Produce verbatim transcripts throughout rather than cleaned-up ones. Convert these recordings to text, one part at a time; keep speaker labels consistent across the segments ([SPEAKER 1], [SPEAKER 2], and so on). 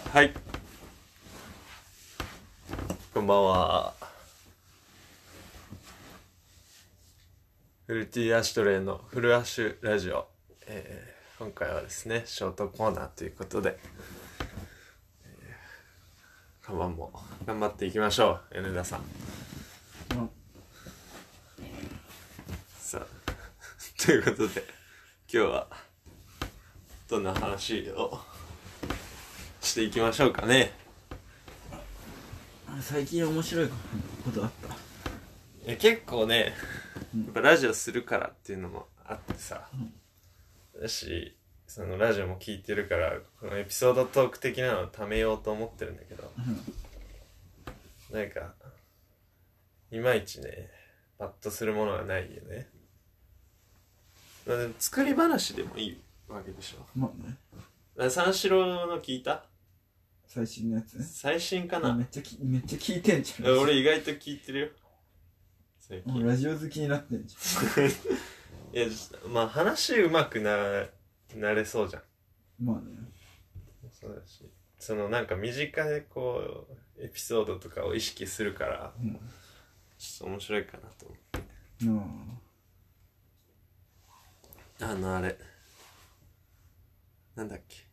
[SPEAKER 1] はい、こんばんは。フルティーアシュトレイのフルアッシュラジオ、えー、今回はですねショートコーナーということで、えー、看板も頑張っていきましょう N 田さん、うん、さあということで今日はどんな話をしていきましょうかね。
[SPEAKER 2] 最近面白いことあった？
[SPEAKER 1] いや結構ね、やっぱラジオするからっていうのもあってさ、うん、だしそのラジオも聞いてるからこのエピソードトーク的なのを貯めようと思ってるんだけど、うん、なんかいまいちねパッとするものがないよね。作り話でもいいわけでしょ。
[SPEAKER 2] まあね。
[SPEAKER 1] 三四郎の聞いた？
[SPEAKER 2] 最新のやつね。
[SPEAKER 1] 最新かな。
[SPEAKER 2] めっちゃきめっちゃ聞いてんじゃん。
[SPEAKER 1] 俺意外と聞いてるよ最近。
[SPEAKER 2] ラジオ好きになってんじ
[SPEAKER 1] ゃん。いやまあ話うまくななれそうじゃん。
[SPEAKER 2] まあね。
[SPEAKER 1] そうだしそのなんか身近でこうエピソードとかを意識するから、うん、ちょっと面白いかなと思って。うん、あのあれなんだっけ、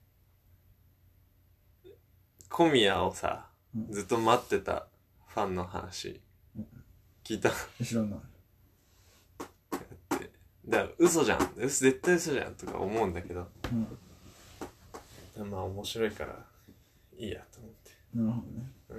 [SPEAKER 1] 小宮をさ、うん、ずっと待ってたファンの話、うん、聞いた？
[SPEAKER 2] 知らない。
[SPEAKER 1] だってだから嘘じゃん、絶対嘘じゃんとか思うんだけど、うん、まあ面白いからいいやと思って。
[SPEAKER 2] なるほどね。うん、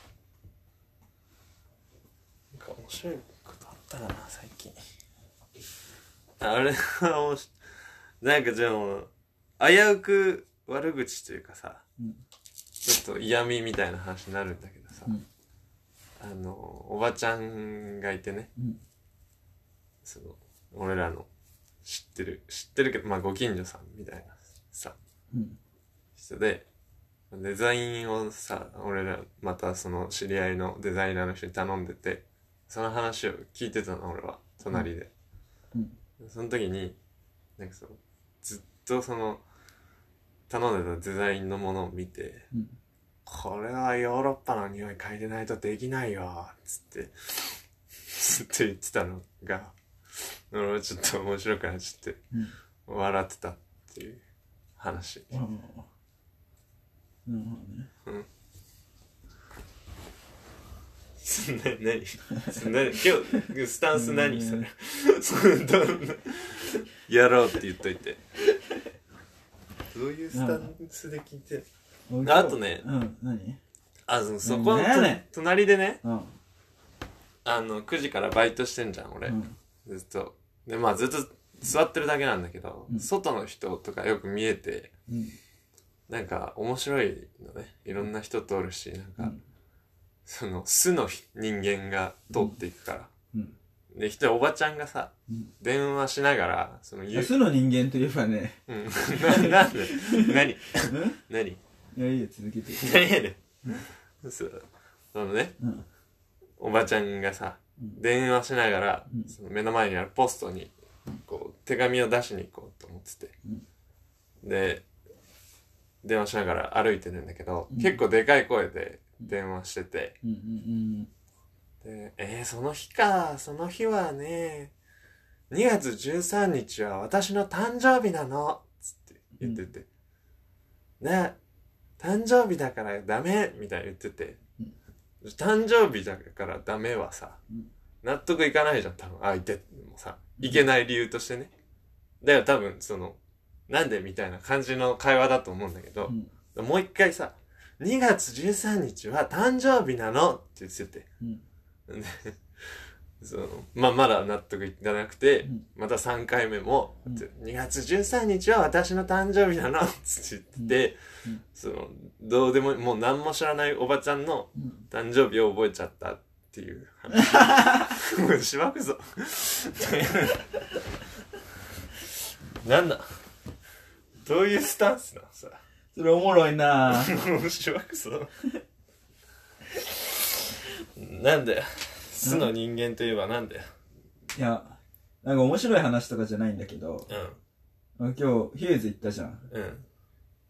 [SPEAKER 1] なんか面白いことあったかな最近。あれは面白い。なんかじゃあもう危うく悪口というかさ、うん、ちょっと嫌味みたいな話になるんだけどさ、うん、あのおばちゃんがいてね、うん、その俺らの知ってる知ってるけどまあご近所さんみたいなさ、うん、人でデザインをさ俺らまたその知り合いのデザイナーの人に頼んでて、その話を聞いてたの俺は隣で、うんうん、その時になんかそうずっとその頼んでたデザインのものを見て、うん、これはヨーロッパの匂い嗅いでないとできないよつってずっと言ってたのが俺はちょっと面白くなっちゃって、うん、笑ってたっていう話。なるほどね。うんな、何そ何今日スタンス何それそんどんなやろうって言っといてどういうスタンスで聞いてる？あとね、
[SPEAKER 2] うん、何？
[SPEAKER 1] あ、そ、そこの隣でね、うん、あのくじからバイトしてんじゃん俺、うん、ずっとでまあずっと座ってるだけなんだけど、うん、外の人とかよく見えて、うん、なんか面白いのね、いろんな人通るし、なんか、うん、その素の人間が通っていくから、うんうん、で一人おばちゃんがさ、うん、電話しながらその
[SPEAKER 2] 素の人間といえばね、
[SPEAKER 1] うん、な, なんで何何
[SPEAKER 2] いやいいよ続けて
[SPEAKER 1] 何やねんそのね、うん、おばちゃんがさ、うん、電話しながら、うん、その目の前にあるポストにこう手紙を出しに行こうと思ってて、うん、で電話しながら歩いてるんだけど、うん、結構でかい声で電話してて、うんうんうん、でえー、その日かその日はねにがつじゅうさんにちは私の誕生日なのつって言ってて、うん、ね誕生日だからダメみたいに言ってて、うん、誕生日だからダメはさ、うん、納得いかないじゃん多分相手もさ、いけない理由としてね。だから多分そのなんでみたいな感じの会話だと思うんだけど、うん、もう一回さにがつじゅうさんにちは誕生日なのって言ってて、うん、でそのまあまだ納得いかなくて、うん、またさんかいめも、うん、にがつじゅうさんにちは私の誕生日なのって言ってて、うん、そのどうでももう何も知らないおばちゃんの誕生日を覚えちゃったっていう話、もうしばくぞなんだどういうスタンスなのさ。
[SPEAKER 2] それおもろいな
[SPEAKER 1] ぁしばくぞなんだよ素の人間といえばなんだよ。
[SPEAKER 2] いやなんか面白い話とかじゃないんだけど、うん、今日ヒューズ行ったじゃん。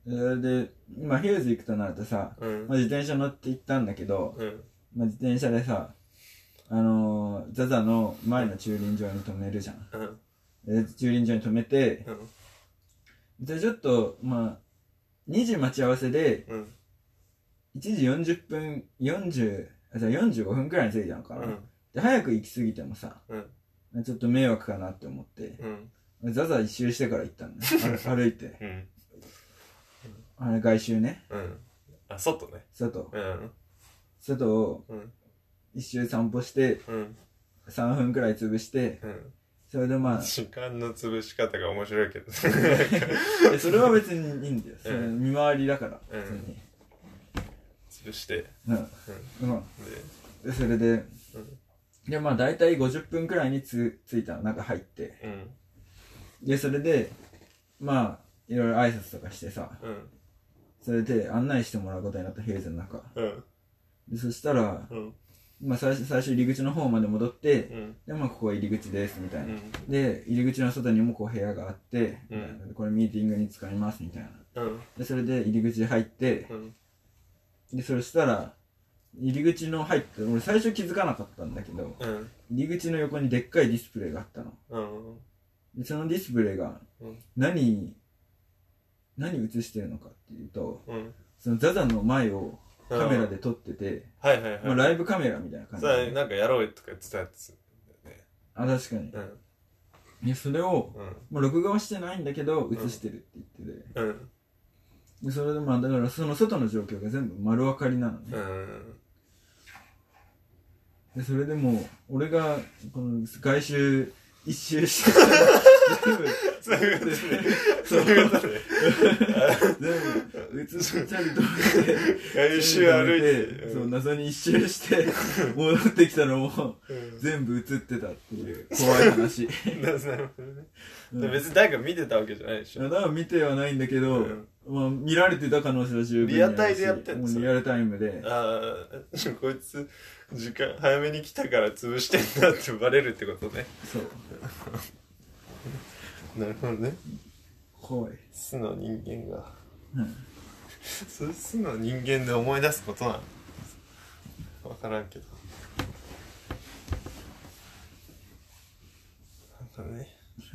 [SPEAKER 2] それで、今ヒューズ行くとなるとさ、
[SPEAKER 1] うん。
[SPEAKER 2] まあ、自転車乗って行ったんだけど、
[SPEAKER 1] うん。
[SPEAKER 2] まあ、自転車でさ、あのー、ザザの前の駐輪場に止めるじゃん。
[SPEAKER 1] うん。
[SPEAKER 2] で駐輪場に止めて、
[SPEAKER 1] うん。
[SPEAKER 2] で、ちょっと、まあ、にじ待ち合わせで、
[SPEAKER 1] うん。
[SPEAKER 2] いちじよんじゅっぷん、よんじゅう、あ、じゃあよんじゅうごふんくらいに着いたのかな。
[SPEAKER 1] うん。
[SPEAKER 2] で、早く行き過ぎてもさ、
[SPEAKER 1] うん。
[SPEAKER 2] ちょっと迷惑かなって思って、
[SPEAKER 1] うん。
[SPEAKER 2] ザザ一周してから行ったんだね。歩歩いて。
[SPEAKER 1] うん。
[SPEAKER 2] あれ、外周ね。
[SPEAKER 1] うん。あ、外ね。
[SPEAKER 2] 外。
[SPEAKER 1] うん。
[SPEAKER 2] 外を
[SPEAKER 1] うん。
[SPEAKER 2] 一周散歩して、
[SPEAKER 1] うん。
[SPEAKER 2] さんぷんくらい潰して、
[SPEAKER 1] うん。
[SPEAKER 2] それでまあ、
[SPEAKER 1] 時間の潰し方が面白いけど。
[SPEAKER 2] えそれは別にいいんだよ。それ
[SPEAKER 1] うん
[SPEAKER 2] 見回りだから、
[SPEAKER 1] うん
[SPEAKER 2] 普通に。
[SPEAKER 1] 潰して。
[SPEAKER 2] うん。
[SPEAKER 1] う
[SPEAKER 2] うん。
[SPEAKER 1] ん。で、
[SPEAKER 2] で、それで、
[SPEAKER 1] うん。
[SPEAKER 2] で、まあ大体ごじゅっぷんくらいにつ着いたの、中入って。
[SPEAKER 1] うん。
[SPEAKER 2] で、それで、まあ、いろいろ挨拶とかしてさ、
[SPEAKER 1] うん。
[SPEAKER 2] それで案内してもらうことになった、平図の中。
[SPEAKER 1] うん。
[SPEAKER 2] で、そしたら、
[SPEAKER 1] うん。
[SPEAKER 2] まあ最初、最初入り口の方まで戻って、
[SPEAKER 1] うん。
[SPEAKER 2] で、まあここは入り口です、みたいな。
[SPEAKER 1] うん。
[SPEAKER 2] で、入り口の外にもこう部屋があって、
[SPEAKER 1] うん
[SPEAKER 2] みたいなこれミーティングに使います、みたいな。
[SPEAKER 1] うん。
[SPEAKER 2] で、それで入り口入って、
[SPEAKER 1] うん。
[SPEAKER 2] で、そしたら、入り口の入って、俺最初気づかなかったんだけど、
[SPEAKER 1] うん。
[SPEAKER 2] 入り口の横にでっかいディスプレイがあったの。
[SPEAKER 1] うん。
[SPEAKER 2] で、そのディスプレイが
[SPEAKER 1] うん。
[SPEAKER 2] 何、何映してるのかっていうと、
[SPEAKER 1] うん。
[SPEAKER 2] そのザザの前をカメラで撮ってて、
[SPEAKER 1] はいはいはい。
[SPEAKER 2] まあ、ライブカメラみたいな感じ
[SPEAKER 1] さあ、
[SPEAKER 2] で。
[SPEAKER 1] なんかやろうとか言ってたやつだよね。
[SPEAKER 2] あ、確かに。
[SPEAKER 1] うん。
[SPEAKER 2] で、それを、
[SPEAKER 1] うん。
[SPEAKER 2] まあ、録画はしてないんだけど、映してるって言ってて。
[SPEAKER 1] うん。
[SPEAKER 2] で、それでまあ、だからその外の状況が全部丸分かりなのね。
[SPEAKER 1] うん。
[SPEAKER 2] で、それでもう、俺が、この外周一周して、全部、
[SPEAKER 1] そういうことね。
[SPEAKER 2] そう
[SPEAKER 1] そういうことね。
[SPEAKER 2] 全部、映っちゃりとめて、
[SPEAKER 1] 外周歩いて。
[SPEAKER 2] そう、謎に一周して、戻ってきたのも、
[SPEAKER 1] うん。
[SPEAKER 2] 全部映ってたっていう怖い話。
[SPEAKER 1] なるほどね。
[SPEAKER 2] うん
[SPEAKER 1] 別に誰か見てたわけじゃないでしょ。
[SPEAKER 2] だから見てはないんだけど、
[SPEAKER 1] うん
[SPEAKER 2] まあ、見られてた可能性は十分にあるし
[SPEAKER 1] リアタイでやってんのそれ
[SPEAKER 2] もうリアルタイムで。
[SPEAKER 1] ああ、こいつ、時間早めに来たから潰してんだってバレるってことね。
[SPEAKER 2] そう。
[SPEAKER 1] なるほどね。
[SPEAKER 2] 怖い。
[SPEAKER 1] 素の人間が。
[SPEAKER 2] うん。
[SPEAKER 1] それ素の人間で思い出すことなのわからんけど。なんかね。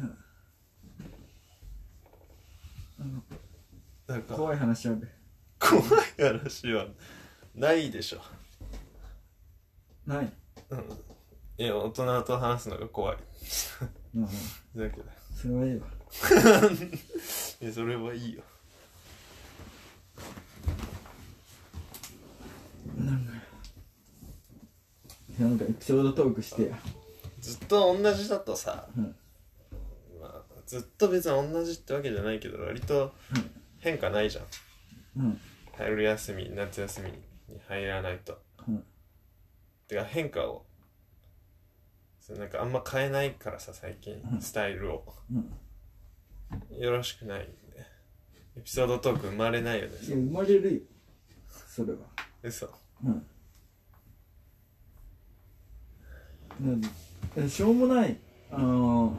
[SPEAKER 1] なんか
[SPEAKER 2] 怖い話ある。
[SPEAKER 1] 怖い話はないでしょ。
[SPEAKER 2] ない。
[SPEAKER 1] うん。いや、大人と話すのが怖い。
[SPEAKER 2] まあまあ、
[SPEAKER 1] だけど。
[SPEAKER 2] それはいいわ。
[SPEAKER 1] いや、それはいいよ。
[SPEAKER 2] なんか、なんかエピソードトークしてや。
[SPEAKER 1] ずっと同じだとさ、
[SPEAKER 2] うん
[SPEAKER 1] まあ、ずっと別に同じってわけじゃないけど、割と変化ないじゃん。
[SPEAKER 2] うん。
[SPEAKER 1] 春休み、夏休みに入らないと。
[SPEAKER 2] うん。
[SPEAKER 1] てか変化を、そうなんかあんま変えないからさ、最近、
[SPEAKER 2] うん
[SPEAKER 1] スタイルを。
[SPEAKER 2] うん。
[SPEAKER 1] よろしくないんで。エピソードトーク生まれないよね。
[SPEAKER 2] いや、生まれるよ。それは。
[SPEAKER 1] 嘘。
[SPEAKER 2] うん。なんでしょうもない、あの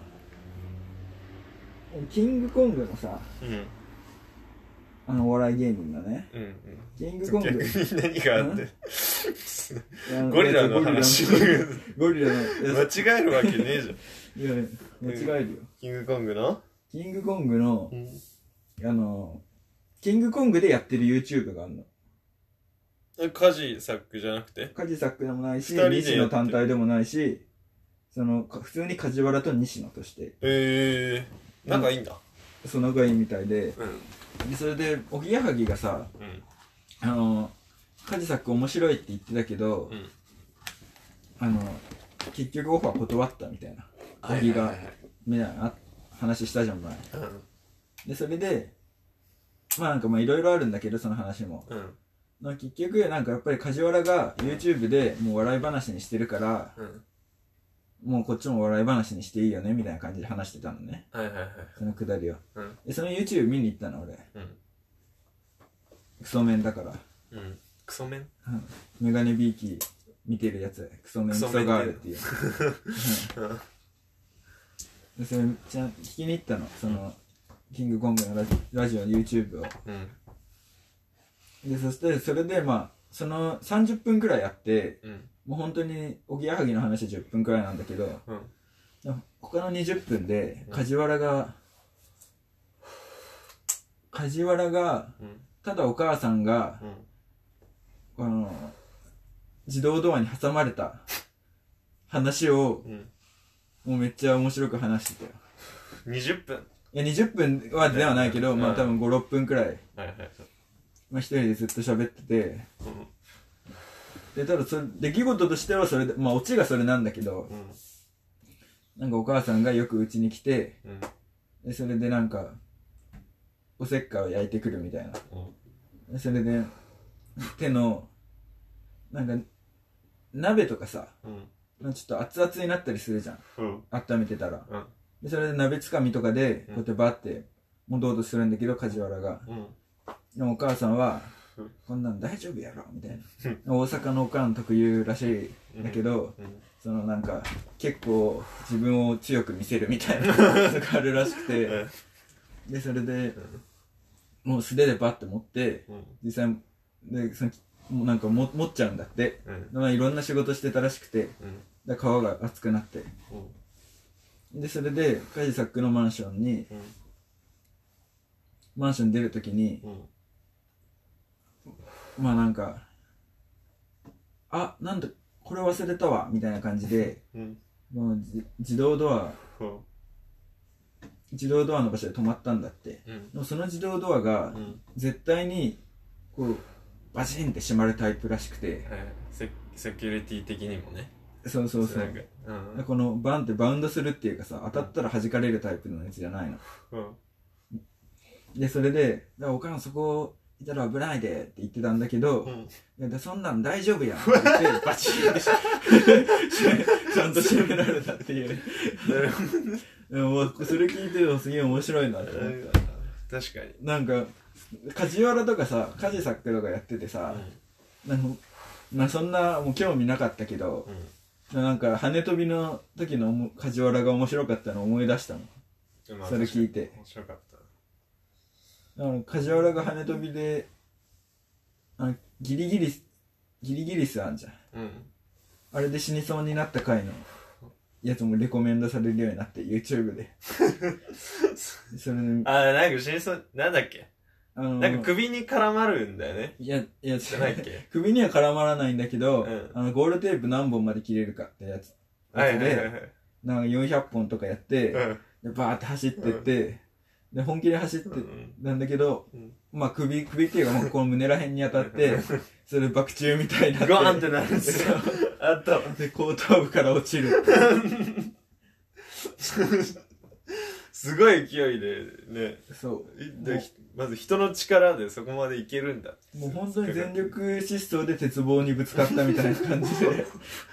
[SPEAKER 2] ー、キングコングのさ、
[SPEAKER 1] うん。
[SPEAKER 2] あのお笑い芸人がね、
[SPEAKER 1] うんうん。
[SPEAKER 2] キングコング、
[SPEAKER 1] 逆に何があって。
[SPEAKER 2] あ
[SPEAKER 1] ゴリラの話。
[SPEAKER 2] ゴリラの、い
[SPEAKER 1] 間
[SPEAKER 2] や
[SPEAKER 1] 違えるわけねえじゃん。
[SPEAKER 2] いや、間違えるよ。
[SPEAKER 1] キングコングの
[SPEAKER 2] キングコングの
[SPEAKER 1] う、ん。
[SPEAKER 2] あのー、キングコングでやってる YouTube があるの。
[SPEAKER 1] え、カジサックじゃなくて
[SPEAKER 2] カジサックでもないし、
[SPEAKER 1] 二人でやって
[SPEAKER 2] 西野単体でもないし、その、か普通に梶原と西野として、
[SPEAKER 1] えー、仲いいんだ。
[SPEAKER 2] その仲いいみたいで、
[SPEAKER 1] うん。
[SPEAKER 2] でそれで、おぎやはぎがさ、
[SPEAKER 1] うん。
[SPEAKER 2] あの、カジサック面白いって言ってたけど、
[SPEAKER 1] うん。
[SPEAKER 2] あの、結局オファー断ったみたいな。おぎが、みたいな話したじゃん、前。
[SPEAKER 1] うん。
[SPEAKER 2] で、それで、まあなんかまあいろいろあるんだけど、その話も。
[SPEAKER 1] うん。
[SPEAKER 2] まあ結局、なんかやっぱり梶原が YouTube でもう笑い話にしてるから、
[SPEAKER 1] うん。
[SPEAKER 2] もうこっちも笑い話にしていいよね、みたいな感じで話してたのね。
[SPEAKER 1] はいはいはい。
[SPEAKER 2] そのくだりを。
[SPEAKER 1] うん。
[SPEAKER 2] で、その YouTube 見に行ったの、俺。
[SPEAKER 1] うん。
[SPEAKER 2] クソメンだから。
[SPEAKER 1] うん。クソメン
[SPEAKER 2] うんメガネビーキ見てるやつ、クソメンクソ
[SPEAKER 1] クソメン
[SPEAKER 2] ガールっていう。
[SPEAKER 1] うん。
[SPEAKER 2] でそれちゃん聞きに行ったの、その、キングコングのラジラジオ YouTube を。
[SPEAKER 1] うん。
[SPEAKER 2] でそしてそれでまあそのさんじゅっぷんくらいやって、
[SPEAKER 1] うん、
[SPEAKER 2] もう本当におぎやはぎの話じゅっぷんくらいなんだけど、うん、他のにじゅっぷんで梶原が、うん、梶原が、うん、ただお母さんが、うん、あの自動ドアに挟まれた話を、うん、もうめっちゃ面白く話してたよ。
[SPEAKER 1] にじゅっぷん
[SPEAKER 2] いやにじゅっぷんはではないけど、うん、まあ多分ご、ろっぷんくらい、はいはい、まあ一人でずっと喋ってて、うん、でただそれ出来事としてはそれで、まあオチがそれなんだけど、うん、なんかお母さんがよくうちに来て、うん、でそれでなんかおせっかいを焼いてくるみたいな、うん、でそれで手のなんか鍋とかさ、うん、ちょっと熱々になったりするじゃん、うん、温めてたら、うん、でそれで鍋つかみとかでこうやってバッて戻ろうとするんだけど梶原が、うん、でもお母さんは、うん、こんなん大丈夫やろみたいな、大阪のおかん特有らしいんだけど、うんうん、そのなんか結構自分を強く見せるみたいなのがあるらしくてでそれで、もう素手でバッて持って、うん、実際でそのもうなんかも持っちゃうんだって、うん、まあいろんな仕事してたらしくて、うん、だから皮が熱くなって、うん、でそれでカジサックのマンションに、うん、マンション出るときに、うん、まあなんかあなんだこれ忘れたわみたいな感じで、うん、もう自動ドア、うん、自動ドアの場所で止まったんだって、うん、でもその自動ドアが絶対にこうバチンって閉まるタイプらしくて、
[SPEAKER 1] はい、セ, セキュリティ的にもね、
[SPEAKER 2] そうそうそう、うん、このバンってバウンドするっていうかさ、当たったら弾かれるタイプのやつじゃないの、うん、でそれでおかんそこいたら危ないでって言ってたんだけど、うん、いやそんなん大丈夫やんって言ってバチンってちゃんと閉められたっていうでもそれ聞いてるとすげえ面白いなって思った。
[SPEAKER 1] 確かに
[SPEAKER 2] なんか梶原とかさ、カジサックとかやっててさ、うん、なんかまあそんなもう興味なかったけど、うん、なんか羽飛びの時の梶原が面白かったのを思い出したの、まあ、それ聞いて
[SPEAKER 1] 面白かった。
[SPEAKER 2] だから梶原が羽飛びであギリギリギリギリスあんじゃん、うん、あれで死にそうになった回のやつもレコメンドされるようになって YouTube で
[SPEAKER 1] それであなんか死にそうなんだっけ、あのー、なんか首に絡まるんだよね。
[SPEAKER 2] いやいやじゃないっけ首には絡まらないんだけど、うん、あのゴールテープ何本まで切れるかってやつやつでなんかよんひゃっぽんとかやって、うん、でバーって走ってって、うんで本気で走ってなんだけど、うん、まあ首首っていうかもうこの胸らへんに当たってそれ爆中みたいになって
[SPEAKER 1] ゴーンってなるんですよあった
[SPEAKER 2] で後頭部から落ちる
[SPEAKER 1] すごい勢いでね。
[SPEAKER 2] そう
[SPEAKER 1] でまず人の力でそこまでいけるんだ。
[SPEAKER 2] もう本当に全力疾走で鉄棒にぶつかったみたいな感じで確か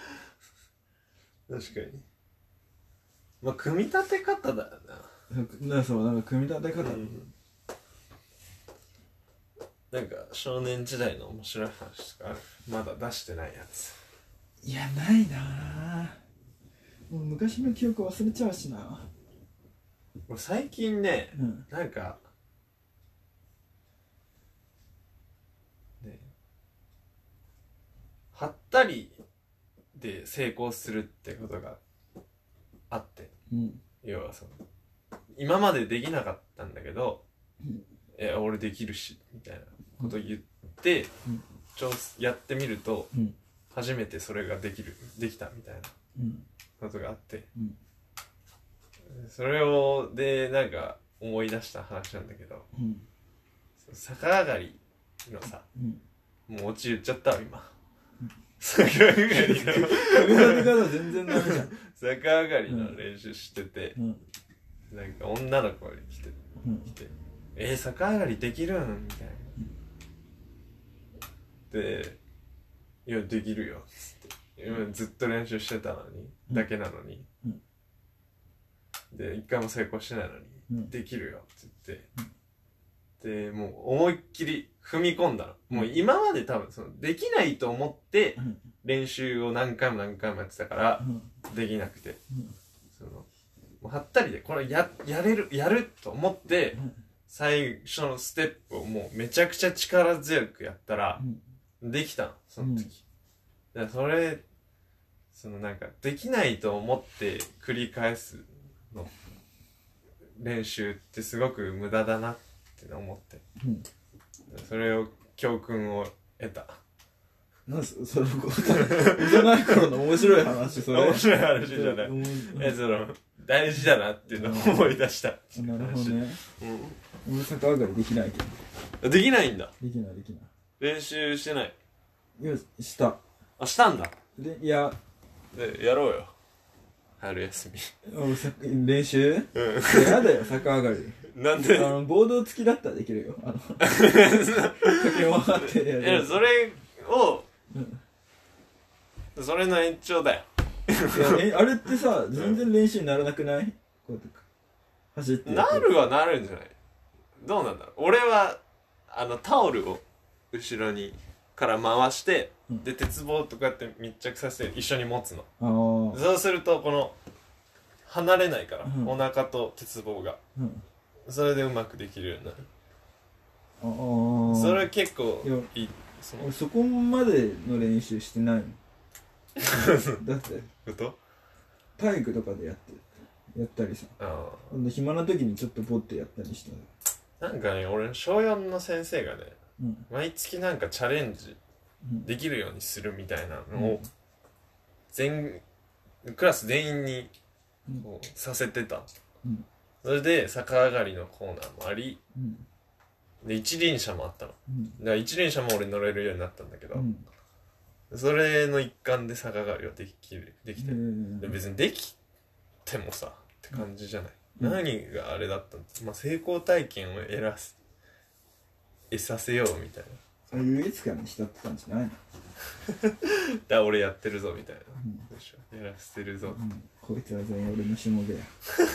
[SPEAKER 1] にまあ組み立て方だよな。
[SPEAKER 2] なそうなんか組み立て方、うん、
[SPEAKER 1] なんか少年時代の面白い話とかある？まだ出してないやつ。
[SPEAKER 2] いやないなぁ、もう昔の記憶忘れちゃうしな。
[SPEAKER 1] もう最近ね、うん、なんかねはったりで成功するってことがあって、うん、要はその今までできなかったんだけど、うん、え俺できるしみたいなこと言って、うん、ちょやってみると、うん、初めてそれができるできたみたいなことがあって、うん、それをでなんか思い出した話なんだけど、うん、逆上がりのさ、うん、もうオチ言っちゃったわ今、うん、逆上がり
[SPEAKER 2] の全然ダメじゃん
[SPEAKER 1] 逆上がりの練習してて、うんなんか女の子が来て、うん、来てえー、逆上がりできるんみたいな、うん、でいやできるよっつって今ずっと練習してたのに、うん、だけなのに、うん、で一回も成功してないのに、うん、できるよって言って、うん、でもう思いっきり踏み込んだの、うん、もう今まで多分そのできないと思って練習を何回も何回もやってたから、うん、できなくて、うん、そのはったりでこれ や, やれるやると思って最初のステップをもうめちゃくちゃ力強くやったら、うん、できたのその時、うん、だからそれそのなんかできないと思って繰り返すの練習ってすごく無駄だなって思って、うん、それを教訓を得た。
[SPEAKER 2] なんすそれ幼い頃の面白い話それ
[SPEAKER 1] 面白い話じゃないえその大事だなっていうのを思い出した。
[SPEAKER 2] なるほどね。うん。俺逆上がりできないけ
[SPEAKER 1] ど。できないんだ。
[SPEAKER 2] できないできない。
[SPEAKER 1] 練習してない。
[SPEAKER 2] いやした。
[SPEAKER 1] あしたんだ。
[SPEAKER 2] でいや。
[SPEAKER 1] でやろうよ。春休み。
[SPEAKER 2] 俺さ練習？うん。やだよ逆上がり。
[SPEAKER 1] なんで？
[SPEAKER 2] あのボード付きだったらできるよ。あの駆け回ってやる。
[SPEAKER 1] いやそれを、うん、それの延長だよ。
[SPEAKER 2] いやあれってさ全然練習にならなくない？こうやって走って
[SPEAKER 1] なるはなるんじゃない？どうなんだろう。俺はあのタオルを後ろにから回して、うん、で鉄棒とかやって密着させて一緒に持つの。そうするとこの離れないから、うん、お腹と鉄棒が、うん、それでうまくできるようになる。あそれ結構いい。
[SPEAKER 2] そのそこまでの練習してないの。だって体育とかでやってやったりさ、あ暇な時にちょっとポッてやったりした。
[SPEAKER 1] なんかね俺小よんの先生がね、うん、毎月なんかチャレンジできるようにするみたいなのを全クラス全員にこうさせてた、うん、それで逆上がりのコーナーもあり、うん、で一輪車もあったの、うん、だから一輪車も俺乗れるようになったんだけど、うん、それの一環で逆上がりはできるできてる。で別にできてもさって感じじゃない、うん、何があれだったの、まあ、成功体験を得らす得させようみたいな
[SPEAKER 2] そういういつかにしたってたんじゃないの
[SPEAKER 1] だ俺やってるぞみたいな、うん、でしょやらせてるぞ、うん、
[SPEAKER 2] こいつは全員俺のしもべや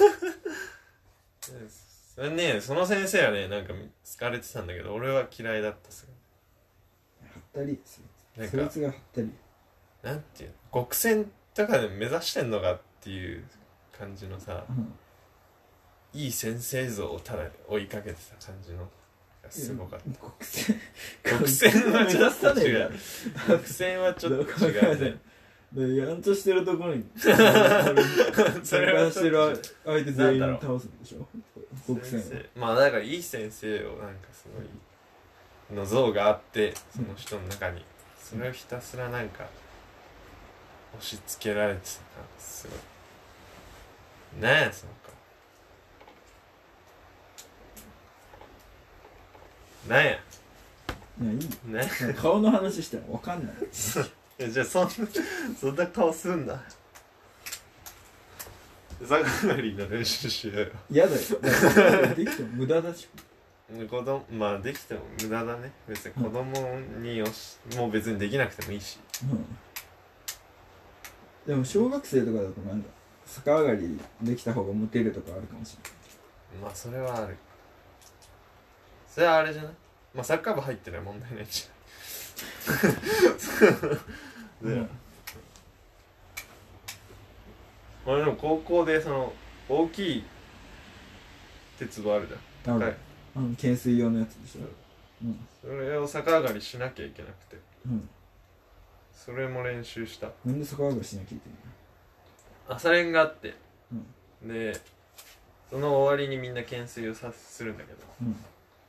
[SPEAKER 1] それねその先生はねなんか好かれてたんだけど俺は嫌いだったっすよ。
[SPEAKER 2] はったりそいつそいつがはったり
[SPEAKER 1] なんていうの極戦とかで目指してんのかっていう感じのさ、うん、いい先生像をただ追いかけてた感じのがすごかった。極戦極戦はちょっと違う極戦はちょっと違うね
[SPEAKER 2] でやんとしてるところにそれはしてる相手全員倒すんでしょ極戦
[SPEAKER 1] まあだからいい先生をなんかすごいの像があってその人の中にそれをひたすらなんか押し付けられてたすごいねえそうかなんや
[SPEAKER 2] いやいいね顔の話しても分かんない
[SPEAKER 1] じゃあそんなそんな顔すんな逆上がりの練習しようよ。
[SPEAKER 2] 嫌だよできても無駄だし
[SPEAKER 1] 子供まあできても無駄だね別に子供によし、うん、もう別にできなくてもいいし、うん、
[SPEAKER 2] でも小学生とかだとなんだ逆上がりできた方がモテるとかあるかもしれ
[SPEAKER 1] ない。まあそれはある。それはあれじゃないまあサッカー部入ってない問題ないじゃんで、うん、まあでも高校でその大きい鉄棒あるじゃん高い
[SPEAKER 2] うん、懸垂用のやつでしょ、
[SPEAKER 1] うん、それを逆上がりしなきゃいけなくて、うん、それも練習した。
[SPEAKER 2] なんで逆上がりしなきゃいけない
[SPEAKER 1] の？朝練があって、うん、でその終わりにみんな懸垂をさするんだけど、うん、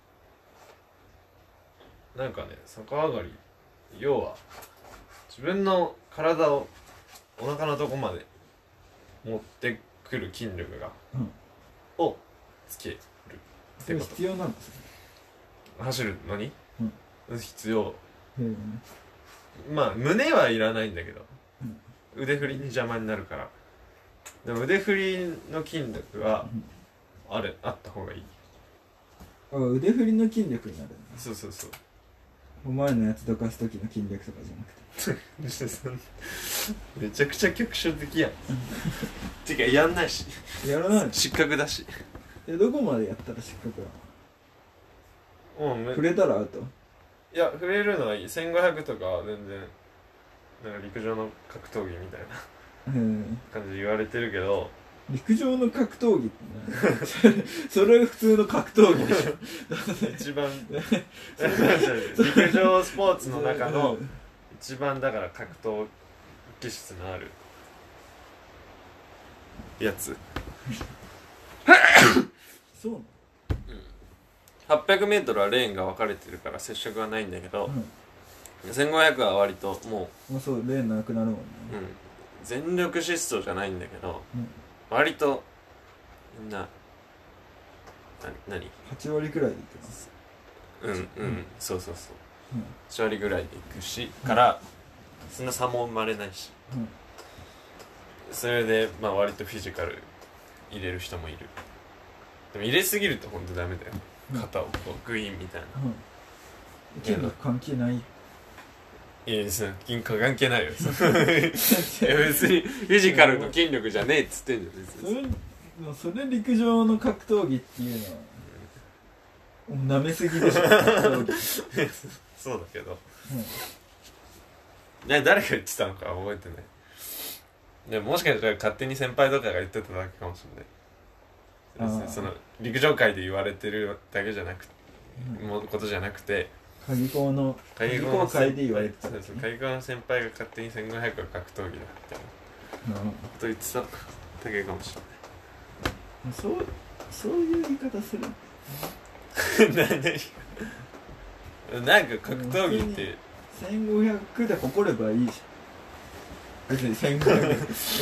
[SPEAKER 1] なんかね逆上がり要は自分の体をお腹のとこまで持ってくる筋力が、うん、をつける
[SPEAKER 2] それ必要なんですよ
[SPEAKER 1] 走るのに、うん、必要、うん、まあ胸はいらないんだけど、うん、腕振りに邪魔になるからでも腕振りの筋力はあれ、うん、あった方がいい。
[SPEAKER 2] あ腕振りの筋力になるんだ。
[SPEAKER 1] そうそうそう
[SPEAKER 2] お前のやつどかす時の筋力とかじゃなく
[SPEAKER 1] てめちゃくちゃ局所的やんてかやんないし
[SPEAKER 2] やらない
[SPEAKER 1] 失格だし
[SPEAKER 2] えどこまでやったら失格なの？うん、触れたらアウト？
[SPEAKER 1] いや触れるのはいい。せんごひゃくとかは全然なんか陸上の格闘技みたいな感じで言われてるけど
[SPEAKER 2] 陸上の格闘技ってそれが普通の格闘技でしょ
[SPEAKER 1] 一番陸上スポーツの中の一番だから格闘技質のあるやつ
[SPEAKER 2] そうなの、
[SPEAKER 1] はっぴゃくメートルはレーンが分かれてるから接触はないんだけど、うん、せんごひゃくは割とも
[SPEAKER 2] う、まあ、そうレーンなくなるもんね、
[SPEAKER 1] うん、全力疾走じゃないんだけど、うん、割とみんなな何は
[SPEAKER 2] ち割くらいでいきます。
[SPEAKER 1] うんうん、うん、そうそうそう、うん、はち割ぐらいでいくし、うん、からそんな差も生まれないし、うん、それでまあ割とフィジカル入れる人もいる。でも入れすぎるとほんとダメだよ、うん、肩をこうグイーンみたいな、
[SPEAKER 2] うん、筋肉関係ない。
[SPEAKER 1] いや、筋肉関係ないよ別にフィジカルの筋力じゃねえっつってんじゃん別に。
[SPEAKER 2] それ陸上の格闘技っていうのはなめすぎでしょ格闘技
[SPEAKER 1] そうだけど、うん、ね、誰が言ってたのか覚えてない。でももしかしたら勝手に先輩とかが言ってただけかもしれない。その陸上界で言われてるだけじゃなくて、うん、もうことじゃなくて
[SPEAKER 2] 鍵高の鍵高界で言われてた、
[SPEAKER 1] ね、そうそう、鍵高の先輩が勝手にせんごひゃくは格闘技だみたいなこと言ってただけかもしれない。
[SPEAKER 2] そうそういう言い方する
[SPEAKER 1] なんか格闘技って
[SPEAKER 2] せんごひゃくで誇ればいいじゃん。別にせんごひゃく格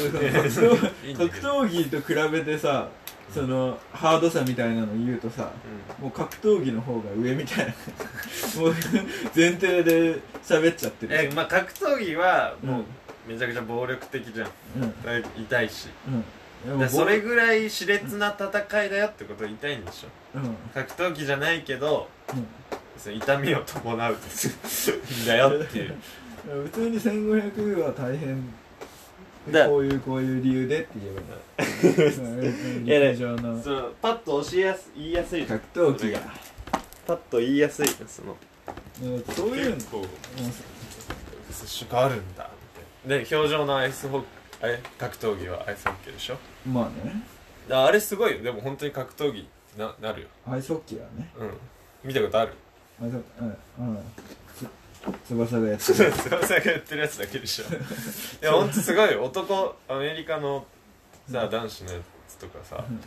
[SPEAKER 2] 闘技と比べてさ、そのハードさみたいなの言うとさ、うん、もう格闘技の方が上みたいなもう前提で喋っちゃってる。
[SPEAKER 1] え、まあ格闘技はもうめちゃくちゃ暴力的じゃん、うん、痛いし、うん、だそれぐらい熾烈な戦いだよってことを言いたいんでしょ、うん、格闘技じゃないけど、うん、痛みを伴うんだよっていう
[SPEAKER 2] 普通にせんごひゃくは大変、こういうこういう理由でって言えば陸上の
[SPEAKER 1] そのパッと教えやす言いやすい
[SPEAKER 2] 格闘技が
[SPEAKER 1] パッと言いやすいその
[SPEAKER 2] そういうの
[SPEAKER 1] こう接触あるんだみたいな。で、表情のアイスホッ格闘技はアイスホッケーでしょ。
[SPEAKER 2] まあね、
[SPEAKER 1] だあれすごいよ。でも本当に格闘技ななるよ。
[SPEAKER 2] アイスホッケーはね、
[SPEAKER 1] うん、見たことある。
[SPEAKER 2] アイスホッケー、うんうん、翼がやってる
[SPEAKER 1] 翼がやってるやつだけでしょいやほんとすごいよ。男アメリカのさ、うん、男子のやつとかさ、うん、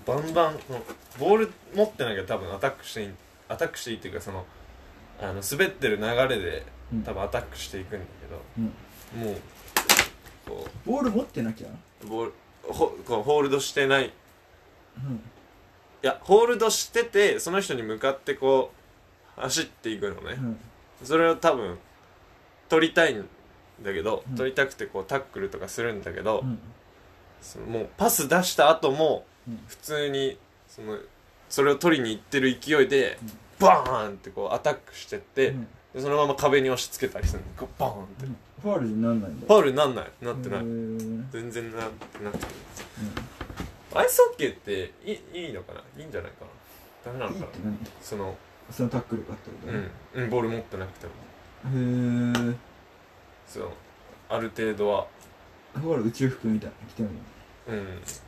[SPEAKER 1] バンバンボール持ってなきゃ多分アタックしていいアタックしていいっていうか、そのあの滑ってる流れで多分アタックしていくんだけど、うん、もうこ
[SPEAKER 2] うボール持ってなきゃ
[SPEAKER 1] ボールホこうホールドしてない、うん、いやホールドしててその人に向かってこう走っていくのね、うん、それを多分取りたいんだけど、うん、取りたくてこうタックルとかするんだけど、うん、そのもうパス出した後も普通にそのそれを取りに行ってる勢いで、うん、バーンってこうアタックしてって、うん、でそのまま壁に押し付けたりするの。バーンって、うん、
[SPEAKER 2] ファウルになんないんだ。
[SPEAKER 1] ファウルになんないなってない、全然なってなってる、うん、アイスホッケーってい い, いいのかないいんじゃないかな、ダメなのかな。いいって何？その
[SPEAKER 2] そのタックルかってことね。
[SPEAKER 1] うん、うん、ボール持ってなくても。
[SPEAKER 2] へえ。
[SPEAKER 1] そう、ある程度は
[SPEAKER 2] ほら宇宙服みたいなの着てもいい。
[SPEAKER 1] うん、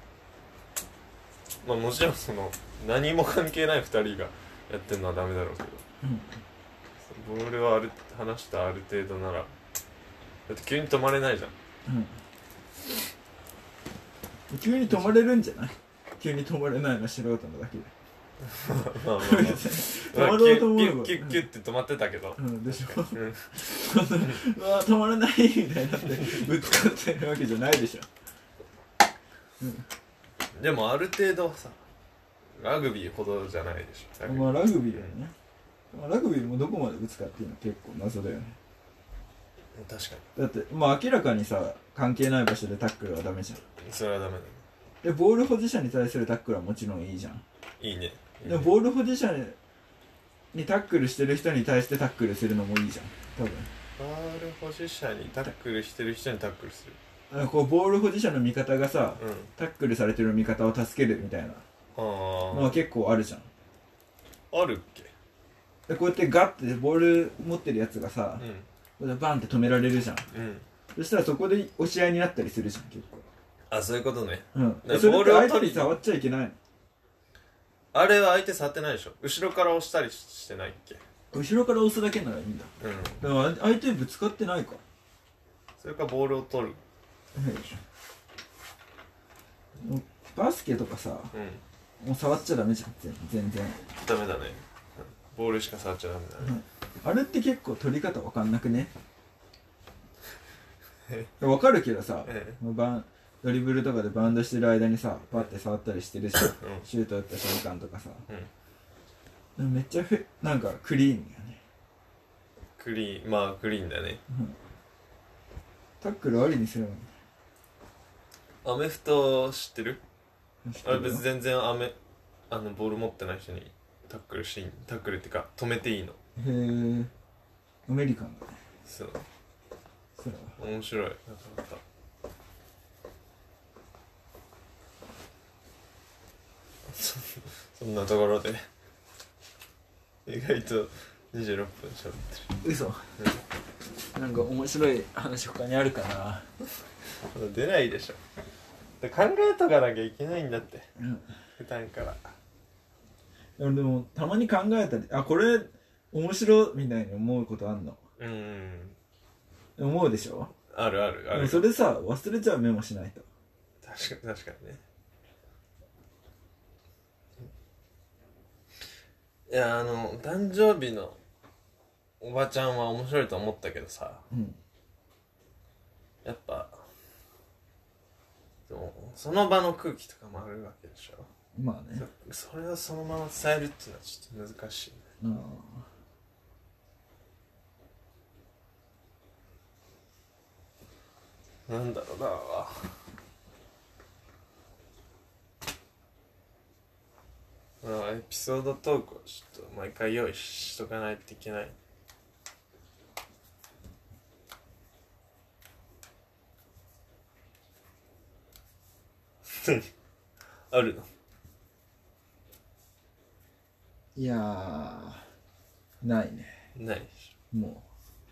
[SPEAKER 1] まあもちろんその何も関係ないふたりがやってるのはダメだろうけど、うん、ボールはある離したある程度ならだって急に止まれないじゃん、
[SPEAKER 2] うん、急に止まれるんじゃない？急に止まれないのは素人のだけで
[SPEAKER 1] まあまあ、まあ、止まろうと思えばキュッキュッキュッって止まってたけど、
[SPEAKER 2] うん、でしょ、うん、うわ止まらないみたいになってぶつかってるわけじゃないでしょ、
[SPEAKER 1] うん、でもある程度さラグビーほどじゃないでしょ。
[SPEAKER 2] まあラグビーはね、まあ、ラグビーもどこまでぶつかっていうのは結構謎だよね。
[SPEAKER 1] 確か
[SPEAKER 2] にだってまあ明らかにさ関係ない場所でタックルはダメじゃん。
[SPEAKER 1] それはダメだね。
[SPEAKER 2] でボール保持者に対するタックルはもちろんいいじゃん。
[SPEAKER 1] いいね。
[SPEAKER 2] でもボール保持者にタックルしてる人に対してタックルするのもいいじゃん多分。
[SPEAKER 1] ボール保持者にタックルしてる人にタックルす
[SPEAKER 2] る。こうボール保持者の味方がさ、うん、タックルされてる味方を助けるみたいなのは結構あるじゃん。
[SPEAKER 1] あるっけ。
[SPEAKER 2] でこうやってガッてボール持ってるやつがさ、うん、バンって止められるじゃん、うん、そしたらそこで押し合いになったりするじゃん結構。
[SPEAKER 1] あ、そういうことね。
[SPEAKER 2] うん。それって相手に触っちゃいけないの？
[SPEAKER 1] あれは相手触ってないでしょ。後ろから押したりしてないっけ？
[SPEAKER 2] 後ろから押すだけならいいんだ。うん。だから相手にぶつかってないか。
[SPEAKER 1] それかボールを取る。
[SPEAKER 2] うん、バスケとかさ、うん、もう触っちゃダメじゃん。全然
[SPEAKER 1] ダメだね。ボールしか触っちゃダメだね。
[SPEAKER 2] うん、あれって結構取り方わかんなくね？わかるけどさ、ええ、バンドリブルとかでバウンドしてる間にさパッて触ったりしてるし、うん、シュート打った瞬間とかさ、うん、めっちゃフェなんかクリーンだよね。
[SPEAKER 1] クリーン、まあクリーンだね、うん、
[SPEAKER 2] タックルありにする
[SPEAKER 1] の。アメフト知ってる？あれ別に全然アメあのボール持ってない人にタックルしていい、タックルっていうか止めていいの。
[SPEAKER 2] へえ、アメリカンだね。
[SPEAKER 1] そうそう面白い。なかなかそ, そんなところで意外とにじゅうろっぷんしゃべってる。
[SPEAKER 2] 嘘、うん、なんか面白い話他にあるかな。
[SPEAKER 1] 出ないでしょ。考えとかなきゃいけないんだって、うん、普段から。
[SPEAKER 2] でもたまに考えたり、あ、これ面白いみたいに思うことあんの。うん、思うでしょ。
[SPEAKER 1] あるあるある。
[SPEAKER 2] でもそれさ忘れちゃう、メモしないと。
[SPEAKER 1] 確かに確かにね。いや、あの誕生日のおばちゃんは面白いと思ったけどさ、うん、やっぱでもその場の空気とかもあるわけでしょ。
[SPEAKER 2] まあね。
[SPEAKER 1] そ, それをそのまま伝えるっていうのはちょっと難しいね。ああ、なんだろうな。まあエピソードトークをちょっと毎回用意しとかないといけない。あるの？
[SPEAKER 2] いやー、ないね。
[SPEAKER 1] ないでし
[SPEAKER 2] ょ。も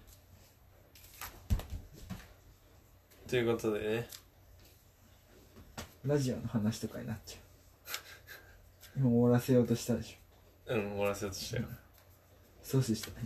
[SPEAKER 1] うということでね、
[SPEAKER 2] ラジオの話とかになっちゃう。今終わらせようとしたでし
[SPEAKER 1] ょ。うん、終わらせようとしたよ。
[SPEAKER 2] 阻止した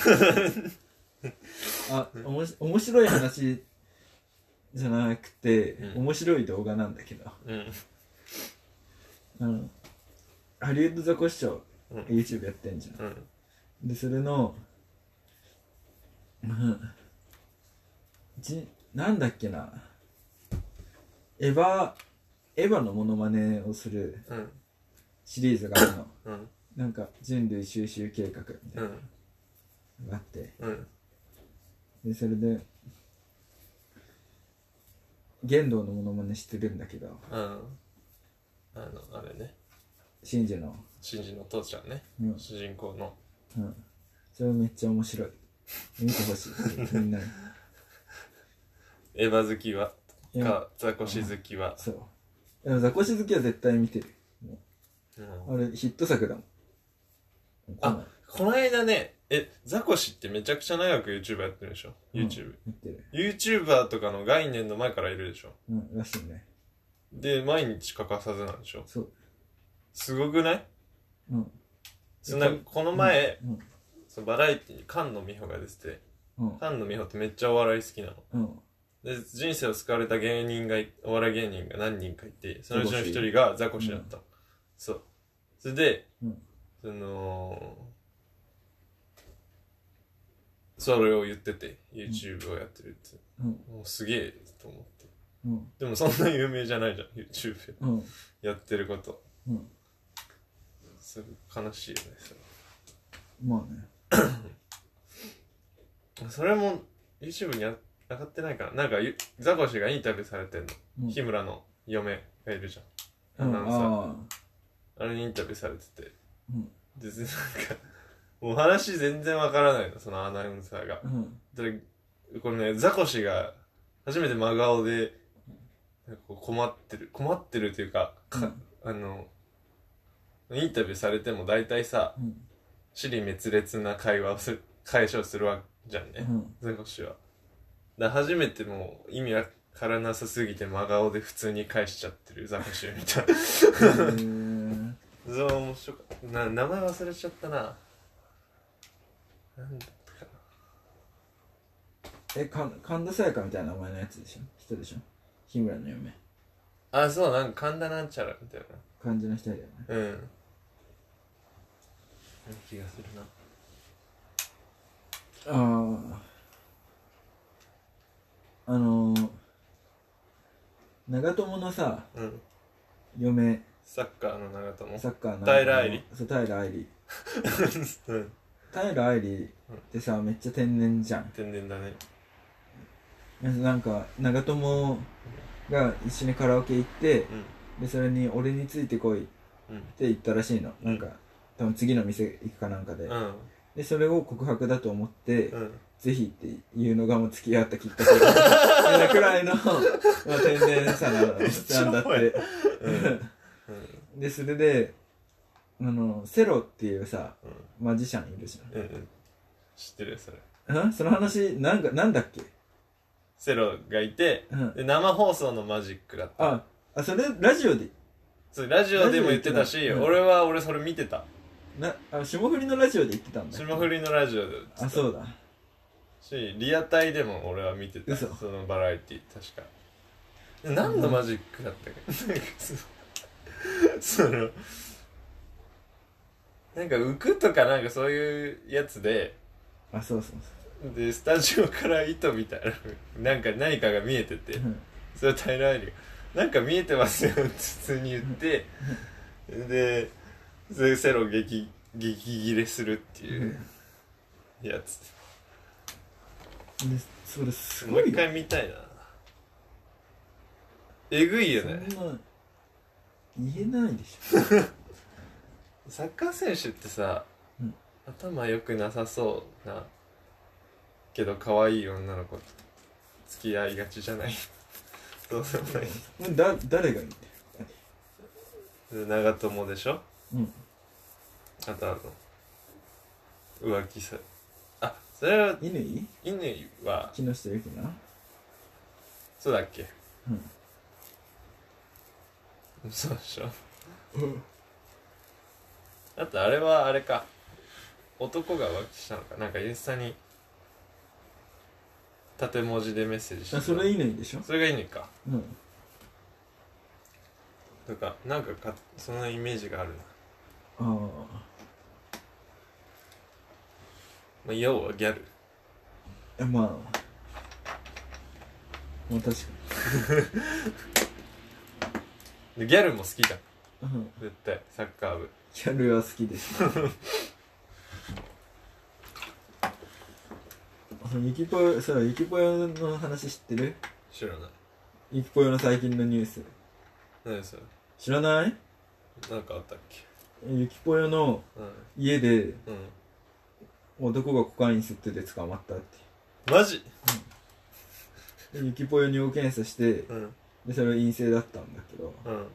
[SPEAKER 2] 今。あ、おもし面白い話じゃなくて、うん、面白い動画なんだけど、うん、あのハリウッドザコシショウ、うん、YouTube やってんじゃん、うん、でそれの、うん、じなんだっけな、エヴァエヴァのモノマネをするシリーズがあるの、うん、なんか人類収集計画みたいなのがあって、うん、でそれで玄道のモノマネしてるんだけど、うん、あ
[SPEAKER 1] のあれね、
[SPEAKER 2] シンジの
[SPEAKER 1] シンジの父ちゃんね、うん、主人公の、
[SPEAKER 2] うん、それめっちゃ面白い、見てほしいみんなに。
[SPEAKER 1] エヴァ好きはかザコシ好きは、
[SPEAKER 2] そう、でもザコシ好きは絶対見てる、うん、あれヒット作だもん。
[SPEAKER 1] あ、この間ね、え、ザコシってめちゃくちゃ長く YouTuber やってるでしょ、うん、YouTube。やってる。YouTuber とかの概念の前からいるでしょ。
[SPEAKER 2] うん、らしいね。
[SPEAKER 1] で、毎日欠かさずなんでしょ。
[SPEAKER 2] そう。
[SPEAKER 1] すごくない？うん。そんな、この前、うんうん、そのバラエティに菅野美穂が出てて、うん、菅野美穂ってめっちゃお笑い好きなの。うん。で、人生を救われた芸人が、お笑い芸人が何人かいて、そのうちの一人がザコシだった。うん、そう。それで、うん、その、それを言ってて、YouTube をやってるって。うん、もうすげえと思って、うん。でもそんな有名じゃないじゃん、YouTube で、うん、やってること。うん、すごい悲しいよね、それ。
[SPEAKER 2] まあね。
[SPEAKER 1] それも YouTube に上がってないかな。なんかザコシがインタビューされてんの、うん、日村の嫁がいるじゃん、アナウンサー、うん、あ, あれにインタビューされてて、うん、でなんかもう話全然わからないの、そのアナウンサーが、うん、でこれね、ザコシが初めて真顔で困ってる困ってるっていうか、か、うん、あのインタビューされても大体さ、うん、尻滅裂な会話をする、解消するわけじゃんね、うん、ザコシは。だ初めてもう意味わからなさすぎて真顔で普通に返しちゃってるザコシみたいなそう面白かったな。名前忘れちゃったな。なんだったか
[SPEAKER 2] な。えか神田沙也加みたいな名前のやつでしょ、人でしょ、日村の嫁。
[SPEAKER 1] あ、そう、なんか神田なんちゃらみたいな
[SPEAKER 2] 感じの人だよね。
[SPEAKER 1] うん、気がするな。
[SPEAKER 2] あああのー、長友のさ、うん、嫁、
[SPEAKER 1] サッカーの長友、
[SPEAKER 2] サッカーの
[SPEAKER 1] 平愛理、
[SPEAKER 2] そう平愛理うん、平愛理ってさ、めっちゃ天然じゃん。
[SPEAKER 1] 天然だね。
[SPEAKER 2] なんか長友が一緒にカラオケ行って、うん、でそれに俺についてこいって言ったらしいの、うん、なんか多分次の店行くかなんかで、うん、でそれを告白だと思って、うん、ぜひっていうのがもう付き合ったきっかけくらいの、まあ、天然さなんだって、うん、でそれであのセロっていうさ、うん、マジシャンいるじゃん、うんうん、
[SPEAKER 1] 知ってるそれ。
[SPEAKER 2] あその話なんかなんだっけ。
[SPEAKER 1] セロがいて、うん、で生放送のマジックだった。
[SPEAKER 2] ああ、それラジオで、
[SPEAKER 1] そうラジオでも言ってたし、うん、俺は俺それ見てた。
[SPEAKER 2] なあ霜降りのラジオで言ってたんだ。
[SPEAKER 1] 霜降りのラジオで言ってた。
[SPEAKER 2] あ、そうだ
[SPEAKER 1] し、リアタイでも俺は見てた。そのバラエティ確か何のマジックだったっけそのなんか浮くとかなんかそういうやつで、
[SPEAKER 2] あ、そうそう
[SPEAKER 1] そうでスタジオから糸みたいななんか何かが見えてて、うん、それ平らになんか見えてますよって普通に言って、でそれセロ激激切れするっていうやつ
[SPEAKER 2] で、それすごいよ。
[SPEAKER 1] もう一回見たいな。えぐいよね。
[SPEAKER 2] そんな言えないでしょ
[SPEAKER 1] サッカー選手ってさ、うん、頭良くなさそうなけど可愛い女の子と付き合いがちじゃないどうでもない。
[SPEAKER 2] だ誰がいいん
[SPEAKER 1] だよ。長友でしょ、うん、あとあの浮気さ、あ、それは
[SPEAKER 2] 乾
[SPEAKER 1] 乾は
[SPEAKER 2] 木下ゆきな、
[SPEAKER 1] そうだっけ、うん、そうでしょ、うん、あとあれはあれか、男が浮気したのかなんかインスタに縦文字でメッセージしてた。
[SPEAKER 2] あ、それ乾でしょ。
[SPEAKER 1] それが乾か、うん、とかなんかかそんなイメージがあるな。ああ、まあ、要はギャル。
[SPEAKER 2] いや、まあまあ確か
[SPEAKER 1] にギャルも好きじゃん、うん、絶対サッカー部
[SPEAKER 2] ギャルは好きですゆきぽよ、そう、ゆきぽよの話知ってる？
[SPEAKER 1] 知らない。
[SPEAKER 2] ゆきぽよの最近のニュース。
[SPEAKER 1] 何それ？
[SPEAKER 2] 知らない？
[SPEAKER 1] なんかあったっけ？
[SPEAKER 2] ゆきぽよの家で、うん、男がコカイン吸ってて捕まったって。
[SPEAKER 1] マジ？
[SPEAKER 2] うん、ゆきぽよ尿検査して、うん、でそれは陰性だったんだけど、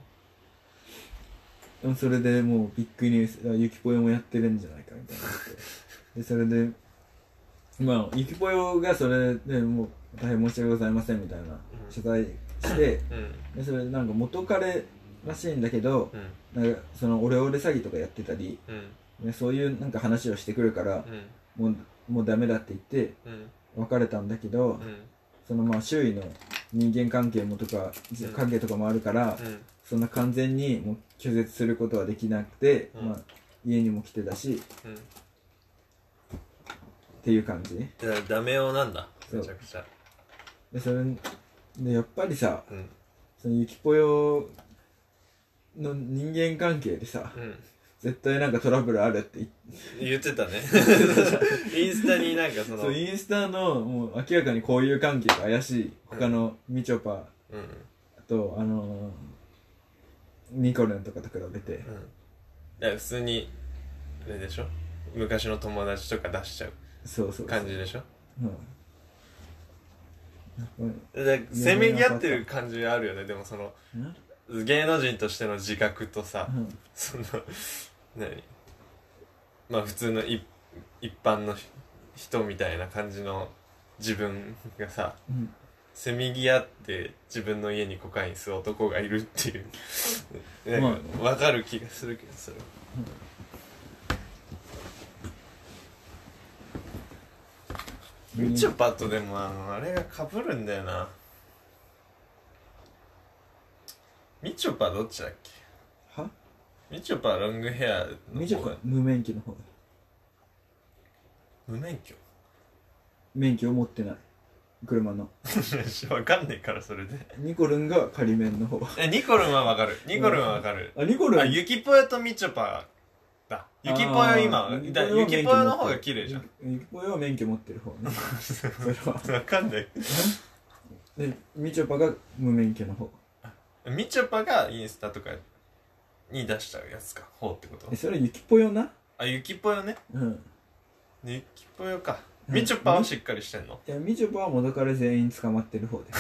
[SPEAKER 2] うん、それでもうビッグニュース、ゆきぽよもやってるんじゃないかみたいになってでそれでまあゆきぽよがそれでもう大変申し訳ございませんみたいな謝罪して、うん、でそれなんか元彼らしいんだけど、うん、なんかそのオレオレ詐欺とかやってたり、うん、そういうなんか話をしてくるから、うん、もうもうダメだって言って別れたんだけど、うん、そのまあ周囲の人間関係もとか関係とかもあるから、うん、そんな完全にもう拒絶することはできなくて、うん、まあ、家にも来てたし、うん、っていう感じ。
[SPEAKER 1] いやダメ男なんだめちゃくちゃ。
[SPEAKER 2] でそれでやっぱりさ、うん、そのゆきぽよの人間関係でさ、うん、絶対なんかトラブルあるって
[SPEAKER 1] 言ってたねインスタになんかその
[SPEAKER 2] そうインスタのもう明らかにこういう関係が怪しい他のみちょぱ、うん、あとあのー、ニコルンとかと比べて、うん、い
[SPEAKER 1] や普通にあれでしょ、昔の友達とか出しちゃう感じでしょ。うん、でせめぎ合ってる感じあるよね。でもその芸能人としての自覚とさ、うん、その何まあ普通の一般の人みたいな感じの自分がさ、うん、 せめぎ合って自分の家にコカイン吸う男がいるっていうなんか分かる気がするけどそれは、うん、みちょぱとでもあのあれが被るんだよな。みちょぱどっちだっけ。
[SPEAKER 2] は
[SPEAKER 1] みちょぱロングヘアの方。
[SPEAKER 2] みちょぱ無免許の方。
[SPEAKER 1] 無免許。
[SPEAKER 2] 免許を持ってない車の
[SPEAKER 1] わかんねえからそれで。
[SPEAKER 2] ニコルンが仮免の方。
[SPEAKER 1] えニコルンはわかる。ニコルンはわかる。
[SPEAKER 2] あニコルンあ
[SPEAKER 1] ゆきぽよとみちょぱだ。ゆきぽよ今だゆきぽよの方が綺麗じゃん。
[SPEAKER 2] ゆきぽよは免許持ってる方ねそれは
[SPEAKER 1] わかんない
[SPEAKER 2] でみちょぱが無免許の方。
[SPEAKER 1] みちょぱがインスタとかに出しちゃうやつか方ってこと。
[SPEAKER 2] えそれゆきぽよな。
[SPEAKER 1] あゆきぽよね。
[SPEAKER 2] うん
[SPEAKER 1] ゆきぽよか。みちょぱはしっかりしてんの。
[SPEAKER 2] いやみちょぱは元彼全員捕まってる方で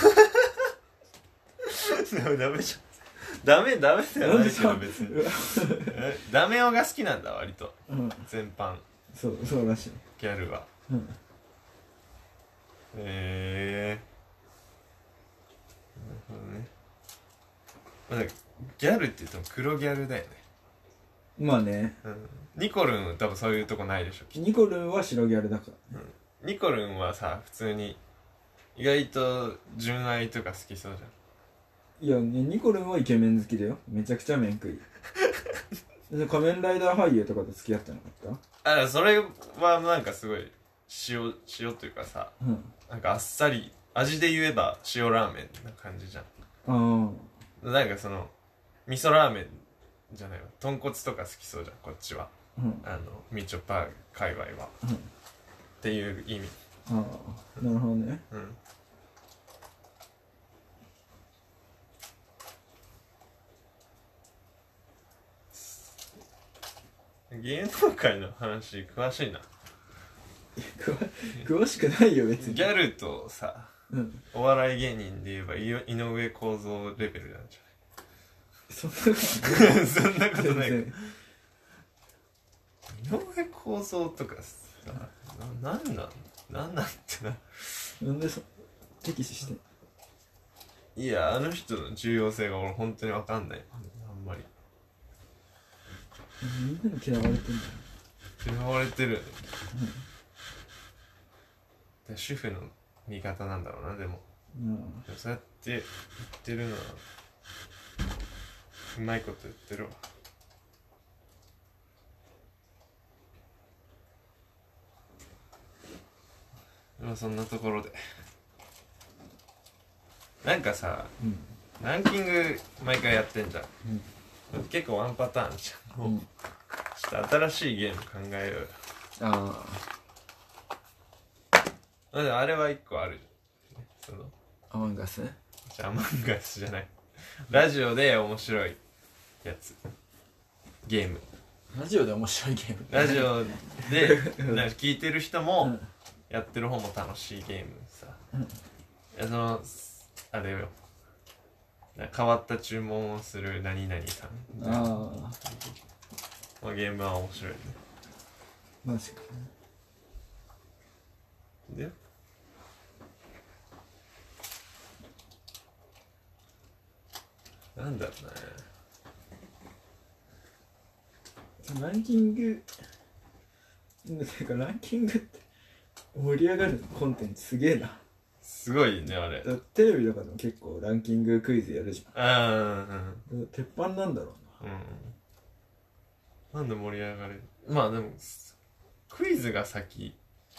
[SPEAKER 1] ダメじゃん。ダメダメだよないけど別にダメ男が好きなんだ割と、うん、全般
[SPEAKER 2] そうそうらしい
[SPEAKER 1] ギャルは。
[SPEAKER 2] うん
[SPEAKER 1] へえー、なるほどね。ギャルって言っても黒ギャルだよね。
[SPEAKER 2] まあね、
[SPEAKER 1] うん、ニコルン多分そういうとこないでしょ。
[SPEAKER 2] ニコルンは白ギャルだから、
[SPEAKER 1] ね、うん、ニコルンはさ普通に意外と純愛とか好きそうじゃん。
[SPEAKER 2] いや、ね、ニコルンはイケメン好きだよ。めちゃくちゃ面食い仮面ライダー俳優とかと付き合ってなかった。
[SPEAKER 1] あ、それはなんかすごい塩塩というかさ、
[SPEAKER 2] うん、
[SPEAKER 1] なんかあっさり味で言えば塩ラーメンな感じじゃん。
[SPEAKER 2] あ
[SPEAKER 1] あなんかその味噌ラーメンじゃないわ豚骨とか好きそうじゃんこっちは、うん、あのみちょぱ界隈は、うん、っていう意味。
[SPEAKER 2] ああなるほどね。
[SPEAKER 1] うん芸能界の話詳しいな。
[SPEAKER 2] 詳しくないよ別に。
[SPEAKER 1] ギャルとさ、うん、お笑い芸人で言えば井上公造レベルなんじゃない。
[SPEAKER 2] そんなことない
[SPEAKER 1] そんなことない。井上公造とかさな、なんなんなんなんってな。
[SPEAKER 2] なんでそ敵視して。
[SPEAKER 1] いやあの人の重要性が俺本当に分かんない。あんまり
[SPEAKER 2] みんなに嫌われてんだよ。
[SPEAKER 1] 嫌われてるよね、うん、主婦の味方なんだろうなでも、うん、でもそうやって言ってるのはうまいこと言ってるわ。まあそんなところでなんかさ、うん、ランキング毎回やってんじゃん、うん、結構ワンパターンじゃん、うん、ちょっと新しいゲーム考えようよ。ああでもあれは一個あるじゃん、その
[SPEAKER 2] アマンガス。
[SPEAKER 1] じゃあアマンガスじゃない、ラジオで面白いやつゲーム。
[SPEAKER 2] ラジオで面白いゲーム
[SPEAKER 1] ラジオでなんか聞いてる人もやってる方も楽しいゲームさ、うん、いやそのあれよ変わった注文をする何々さん。ああ、まあ、ゲームは面白いね。
[SPEAKER 2] マジか
[SPEAKER 1] でなんだろ
[SPEAKER 2] うねランキングてかランキングって盛り上がるコンテンツすげえな。
[SPEAKER 1] すごいねあれ。
[SPEAKER 2] テレビとかでも結構ランキングクイズやるじゃん。ああ、うん、鉄板なんだろうな。
[SPEAKER 1] うん。なんで盛り上がれる。まあでもクイズが先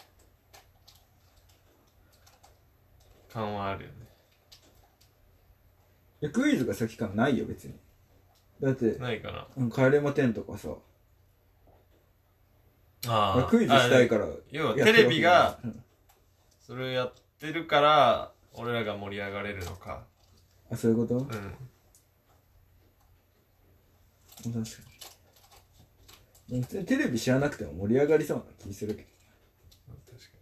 [SPEAKER 1] 感はあるよね。
[SPEAKER 2] いやクイズが先感ないよ別に。だって
[SPEAKER 1] ないかな。
[SPEAKER 2] うん、帰れまてんとかさ。
[SPEAKER 1] ああ
[SPEAKER 2] クイズしたいから。
[SPEAKER 1] 要はテレビがそれをやってるから俺らが盛り上がれるのか。
[SPEAKER 2] あ、そういうこと？うん。確かに。普通にテレビ知らなくても盛り上がりそうな気するけど。確か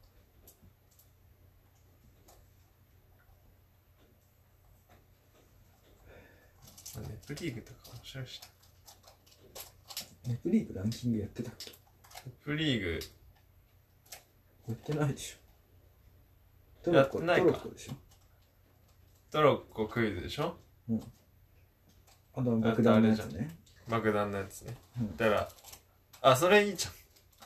[SPEAKER 1] に。ネプリーグとか面白いし。
[SPEAKER 2] ネプリーグランキングやってたっけ？
[SPEAKER 1] ネプリーグ
[SPEAKER 2] やってないでしょ。
[SPEAKER 1] やってないか。
[SPEAKER 2] トロッコでしょ。
[SPEAKER 1] トロッコクイズでしょ。
[SPEAKER 2] うん。あと爆弾のやつね。
[SPEAKER 1] 爆弾のやつね。うん、だから、あ、それいいじゃん。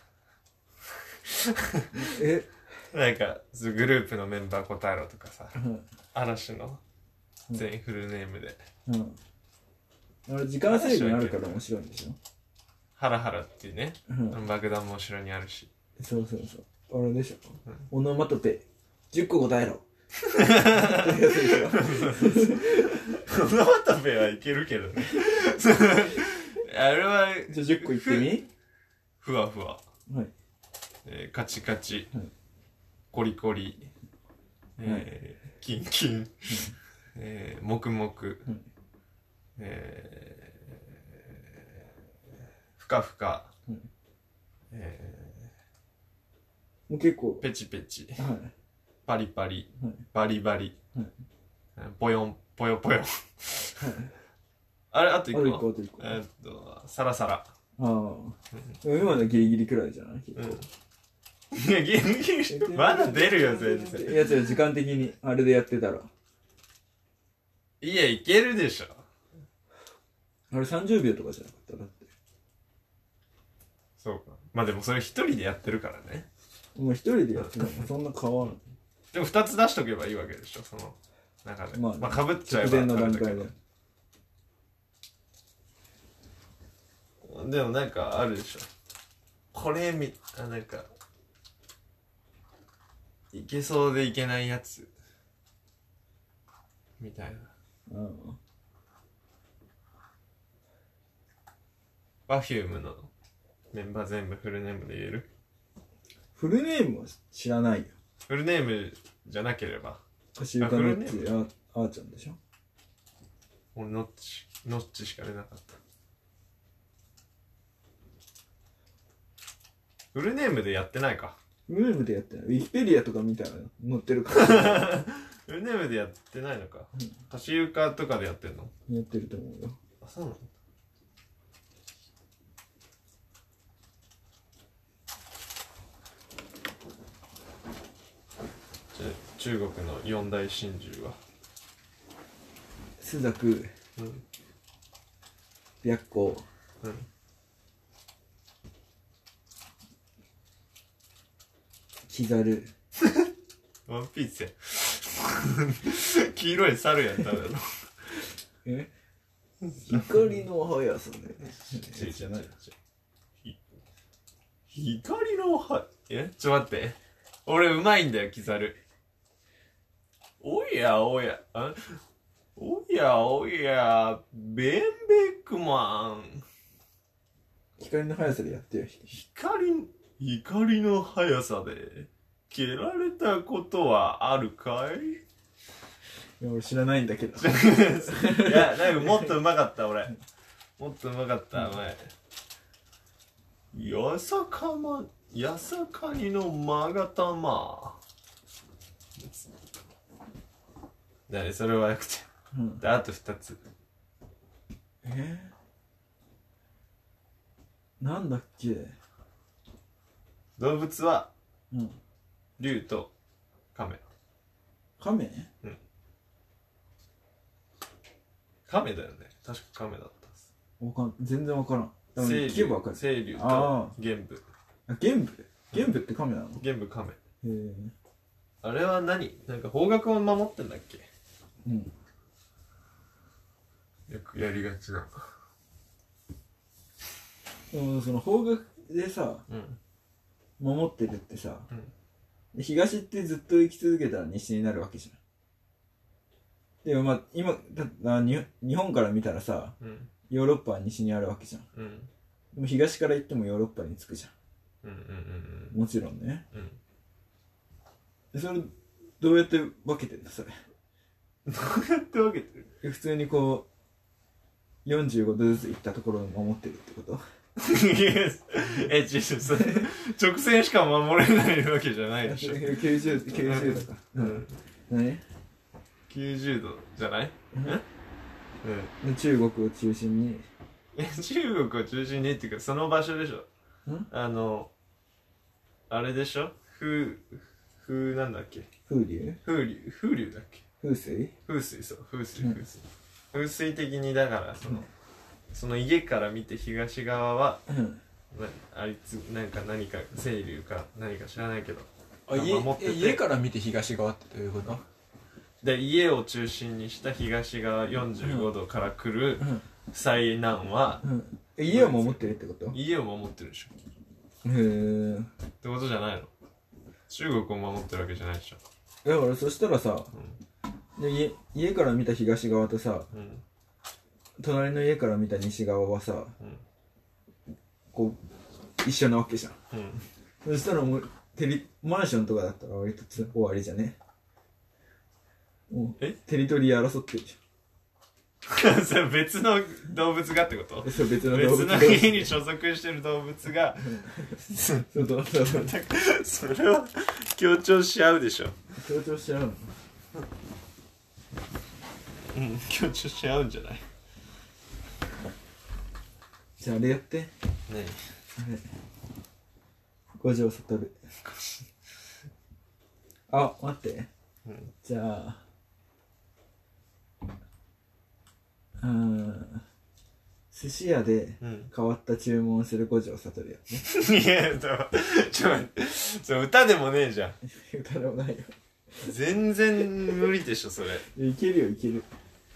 [SPEAKER 1] えなんか、グループのメンバー答えろとかさ、うん、嵐の全員フルネームで。
[SPEAKER 2] うん。あれ、時間制限あるから面白いんでしょ。
[SPEAKER 1] ハラハラっていうね、うん、爆弾も後ろにあるし。
[SPEAKER 2] そうそうそう。あれでしょ。うん、オノマトペ、じゅっこ答えろ。
[SPEAKER 1] オノマトペはいけるけどね。あれは、
[SPEAKER 2] じゃあじゅっこいってみ。
[SPEAKER 1] ふわふわ。
[SPEAKER 2] はい。
[SPEAKER 1] えー、カチカチ。はい、コリコリ。えーはい、キンキン。はい、えー、もくもく。はい、えー、ふかふか。はい、え
[SPEAKER 2] ー、もう結構。
[SPEAKER 1] ペチペチ。
[SPEAKER 2] はい。
[SPEAKER 1] パリパリ。はい、バリバリ。はい、ぽよん、ぽよぽよ。はい、あれ、あと一個。あと一個。えー、っと、サラサラ。
[SPEAKER 2] ああ、うん、今のギリギリくらいじゃない？結構。
[SPEAKER 1] うん、いや、ギリギリ。まだ出るよ、全然。
[SPEAKER 2] いや、違う、時間的に、あれでやってたら。
[SPEAKER 1] いや、いけるでしょ。
[SPEAKER 2] あれさんじゅうびょうとかじゃなかっただって。
[SPEAKER 1] そうか。まあでもそれ一人でやってるからね。
[SPEAKER 2] もう一人でやってるのそんな変わらない。
[SPEAKER 1] でも二つ出しとけばいいわけでしょ、その中で。まあ、まあ、被っちゃえば。
[SPEAKER 2] 直前の段階で。
[SPEAKER 1] でもなんかあるでしょ。これみ、あ、なんか、いけそうでいけないやつ。みたいな。うん。Perfume のメンバー全部フルネームで言える？
[SPEAKER 2] フルネームは知らないよ。
[SPEAKER 1] フルネームじゃなければ。
[SPEAKER 2] カシウカノッチ、あーちゃんでしょ？
[SPEAKER 1] 俺ノッチ、ノッチしか出なかった。フルネームでやってないか。
[SPEAKER 2] フルネームでやってない。ウィキペディアとか見たら載ってるから。
[SPEAKER 1] フルネームでやってないのか。うん、カシウカとかでやってんの？
[SPEAKER 2] やってると思うよ。
[SPEAKER 1] あ、そうなの？じゃあ中国の四大真珠は
[SPEAKER 2] 朱雀、うん、白虎、うん、キザル。
[SPEAKER 1] ワンピースや。黄色い猿やっただろ。
[SPEAKER 2] え？光の速さね。
[SPEAKER 1] じゃない。光のは、え？ちょっと待って。俺うまいんだよ、キザル。おやおや、あ、おやおや、ベンベックマン。
[SPEAKER 2] 光の速さでやってよ。
[SPEAKER 1] 光、光の速さで蹴られたことはあるかい？
[SPEAKER 2] いや、俺知らないんだけど。
[SPEAKER 1] いや、なんかもっとうまかった、俺。もっとうまかった、お前。やさかま、やさかにのまがたま。だね、それはよくて。うん、で、あと二つ。
[SPEAKER 2] えー、なんだっけ？
[SPEAKER 1] 動物は、うん、竜と亀。
[SPEAKER 2] 亀？
[SPEAKER 1] うん。亀だよね。確か亀だったっす。
[SPEAKER 2] わかん、全然わからん。
[SPEAKER 1] 清流、清流と玄武。
[SPEAKER 2] あ、玄武？玄武って亀なの？
[SPEAKER 1] 玄武亀。へ
[SPEAKER 2] え。
[SPEAKER 1] あれは何？なんか方角を守ってんだっけ？うん。よくやりがちな。
[SPEAKER 2] でもその方角でさ、うん、守ってるってさ、うん、東ってずっと生き続けたら西になるわけじゃん。でもまあ今だに日本から見たらさ、うん、ヨーロッパは西にあるわけじゃん。うん、でも東から行ってもヨーロッパに着くじゃん。うんうんうんうん、もちろんね。うん、でそれどうやって分けてんだそれ。
[SPEAKER 1] どうやって分けてる？
[SPEAKER 2] 普通にこうよんじゅうごどずつ行ったところを守ってるってこと？
[SPEAKER 1] え、ちょ、それ直線しか守れないわけじゃないでしょ。
[SPEAKER 2] きゅうじゅう、きゅうじゅうどか。うん。何？
[SPEAKER 1] きゅうじゅうどじゃない？
[SPEAKER 2] うん。中国を中心に。
[SPEAKER 1] え、中国を中心にっていうか、その場所でしょ。あの、あれでしょ？風、風なんだっけ？
[SPEAKER 2] 風流？
[SPEAKER 1] 風流、風流だっけ？
[SPEAKER 2] 風水
[SPEAKER 1] 風水そう風水風水、うん、風水的にだからその、うん、その家から見て東側は、うん、あいつなんか何か清流か何か知らないけど
[SPEAKER 2] あ家守ってて家から見て東側ってどういうこと
[SPEAKER 1] で家を中心にした東側よんじゅうごどから来る災難は、うんうん、
[SPEAKER 2] 家を守ってるってこと？
[SPEAKER 1] 家を守ってるでしょ。へえってことじゃないの？中国を守ってるわけじゃないでしょ。
[SPEAKER 2] だからそしたらさ、うん、で 家, 家から見た東側とさ、うん、隣の家から見た西側はさ、うん、こう一緒なわけじゃん、うん、そしたらもうテリマンションとかだったら割と終わりじゃね？もうえテリトリー争ってるじ
[SPEAKER 1] ゃんそれ別の動物がってこと？
[SPEAKER 2] そう別の動物
[SPEAKER 1] 別の家に所属してる動物がそうそうそうそれは強調し合うでしょ。
[SPEAKER 2] 強調し合うの？
[SPEAKER 1] うん強調し合うんじゃない？
[SPEAKER 2] じゃああれやって
[SPEAKER 1] 何？
[SPEAKER 2] あれ五条悟あ待って、うん、じゃあうん寿司屋で変わった注文する五条悟や
[SPEAKER 1] ね、いやちょちょ待ってそれ歌でもねえじゃん
[SPEAKER 2] 歌でもないよ
[SPEAKER 1] 全然無理でしょそれ
[SPEAKER 2] いけるよいける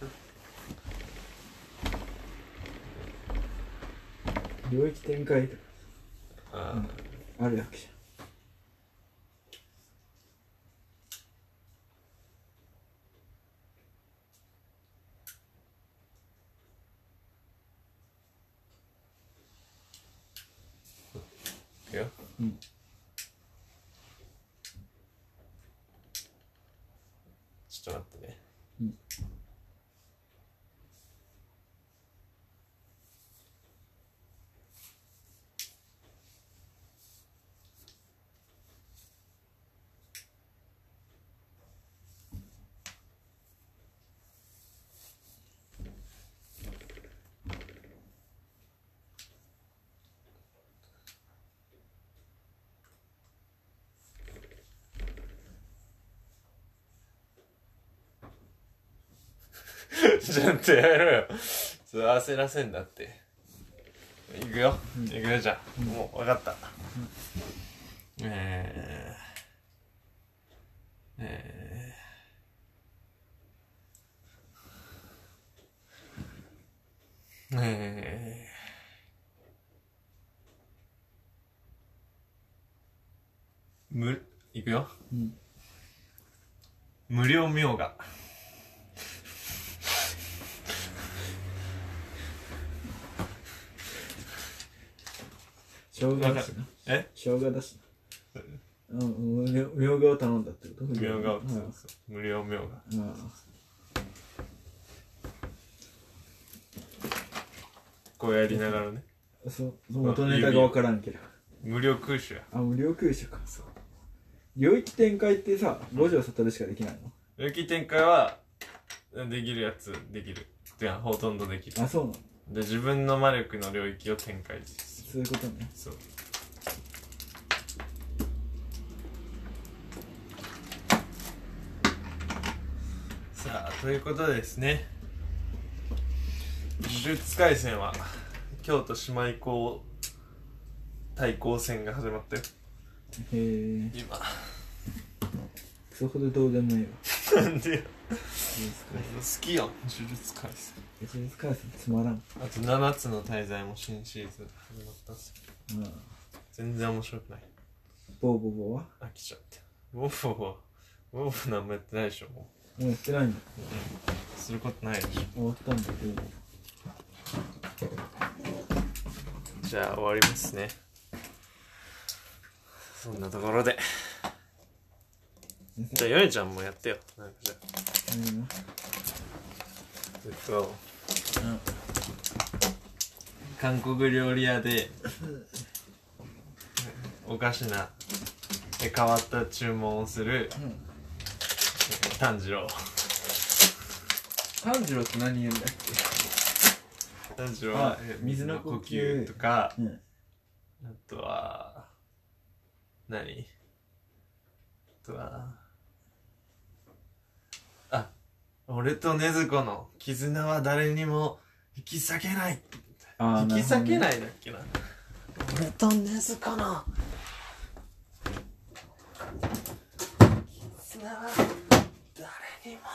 [SPEAKER 2] 領域展開とかあ、うん、あるわけじゃんうん、
[SPEAKER 1] ちょっと待ってね、うん、ちょっとやめろよ。それ焦らせんだって。いくよ。いくよじゃあ。もう分かった。うん、えー、えー、えー、む、いくよ。うん、無料みょうが。
[SPEAKER 2] 生姜だしな。え生姜だしな。うん、みょうがを頼んだってこと？
[SPEAKER 1] みょうがを、そうそう。無料みょうが。こうやりながらね。
[SPEAKER 2] そう、元ネタが分からんけど。
[SPEAKER 1] 無料空襲や。
[SPEAKER 2] あ、無料空襲か。そう。領域展開ってさ、五条悟しかできないの？
[SPEAKER 1] 領域展開は、できるやつできる。いや、ほとんどできる。
[SPEAKER 2] あ、そうなの？
[SPEAKER 1] で、自分の魔力の領域を展開する。
[SPEAKER 2] そういうことね。
[SPEAKER 1] そう。さあ、ということでですね。呪術廻戦は、京都姉妹校対抗戦が始まったよ。へえ。今。
[SPEAKER 2] そこでどうでもいい
[SPEAKER 1] わ。なんでよ。好きやん、呪術廻戦。
[SPEAKER 2] 呪術廻戦つまらん。
[SPEAKER 1] あとななつの大罪も新シーズン始まったんすよ。うん。全然面白くない。
[SPEAKER 2] ボーボーボーは
[SPEAKER 1] 飽きちゃって。ボーボーは、ボーボー何もやってないでしょ、も
[SPEAKER 2] う。もうやってないんだ。
[SPEAKER 1] うん。することないでしょ。
[SPEAKER 2] 終わったんだけど。
[SPEAKER 1] じゃあ終わりますね。そんなところで。じゃあヨネちゃんもやってよ。なんかじゃあ。うん。えっと、うん、韓国料理屋でおかしな変わった注文をする、うん、炭治郎。
[SPEAKER 2] 炭治郎って何言うんだっけ？
[SPEAKER 1] 炭治郎は水の呼吸とか、うん、あとは何？あとはあ俺と禰豆子の絆は誰にも引き裂けない。
[SPEAKER 2] あ
[SPEAKER 1] 引き裂けないだっけな。俺と禰豆子の絆は誰にも。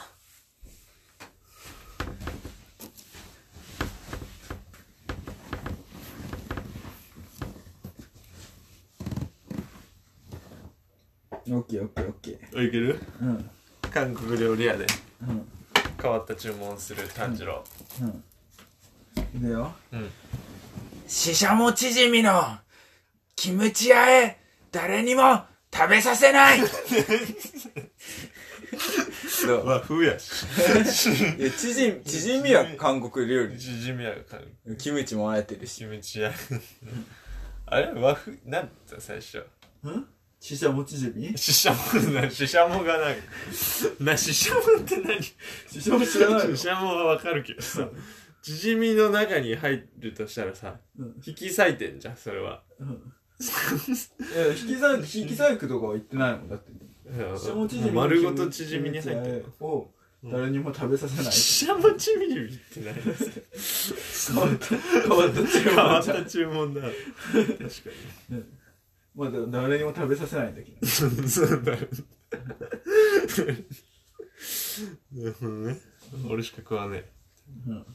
[SPEAKER 2] オッケーオッケーオッケー。
[SPEAKER 1] いける？
[SPEAKER 2] うん。
[SPEAKER 1] 韓国料理屋で
[SPEAKER 2] うん。
[SPEAKER 1] 変わった注文する炭治郎。
[SPEAKER 2] うん。うん。いくよ。
[SPEAKER 1] うん。
[SPEAKER 2] ししゃもチヂミのキムチあえ誰にも食べさせない。
[SPEAKER 1] 和風やし。
[SPEAKER 2] いや、チヂミ、チヂミは韓国料理。
[SPEAKER 1] チヂミは韓
[SPEAKER 2] 国。キムチもあえてるし。
[SPEAKER 1] キムチあえ。あれ和風、なんだ最初。
[SPEAKER 2] ん？ししゃもチヂミ？
[SPEAKER 1] ししゃもな、ししゃもがない。な、ししゃもって何？
[SPEAKER 2] ししゃも知らないの？
[SPEAKER 1] ししゃもはわかるけどさ、チヂミの中に入るとしたらさ、うん、引き裂いてんじゃん、それは。うん、い
[SPEAKER 2] や、引き裂く、引き裂くとかは言ってないもん、だって。ししゃもチヂミ
[SPEAKER 1] 丸ごとチヂミに入ってる
[SPEAKER 2] を誰にも食べさせない。
[SPEAKER 1] ししゃもチヂミって何ですか？
[SPEAKER 2] 変わった注文。
[SPEAKER 1] 変わった注文だ。確かに。うん
[SPEAKER 2] まあ、誰にも食べさせないんだけど。
[SPEAKER 1] そうだよ。なるほどね。俺しか食わねえ。うん。はい。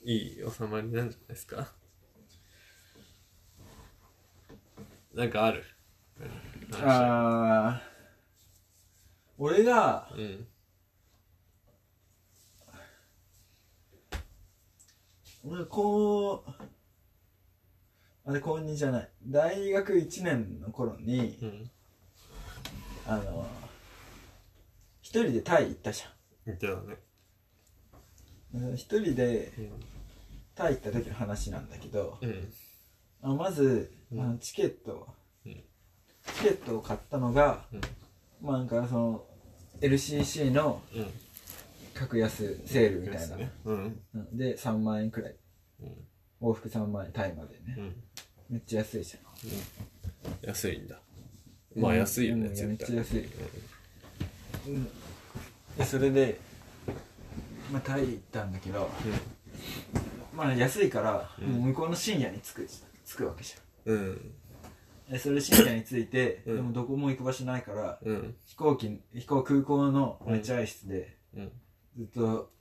[SPEAKER 1] いい収まりなんじゃないですか。なんかある？
[SPEAKER 2] ああ。俺が、うん。俺こう、あれ高にじゃない大学いちねんの頃に、うん、あの一人でタイ行ったじゃん。
[SPEAKER 1] 行ったよ
[SPEAKER 2] ね。一人で、うん、タイ行った時の話なんだけど、うん、あまず、うん、あのチケット、うん、チケットを買ったのが、うん、まあなんかその エルシーシー の格安セールみたいな、ねうん、でさんまんえんくらい、うん、往復さんまんえんタイまでね、うんめっちゃ安いじゃ
[SPEAKER 1] ん、うん、安いんだまあ安いよね、うん、
[SPEAKER 2] 絶対めっちゃ安い、うん、でそれでまあタイ行ったんだけど、うん、まあ安いから、うん、もう向こうの深夜に着く着くわけじゃん、うん、でそれで深夜に着いて、うん、でもどこも行く場所ないから、うん、飛行機飛行空港の待合室で、うん、ずっと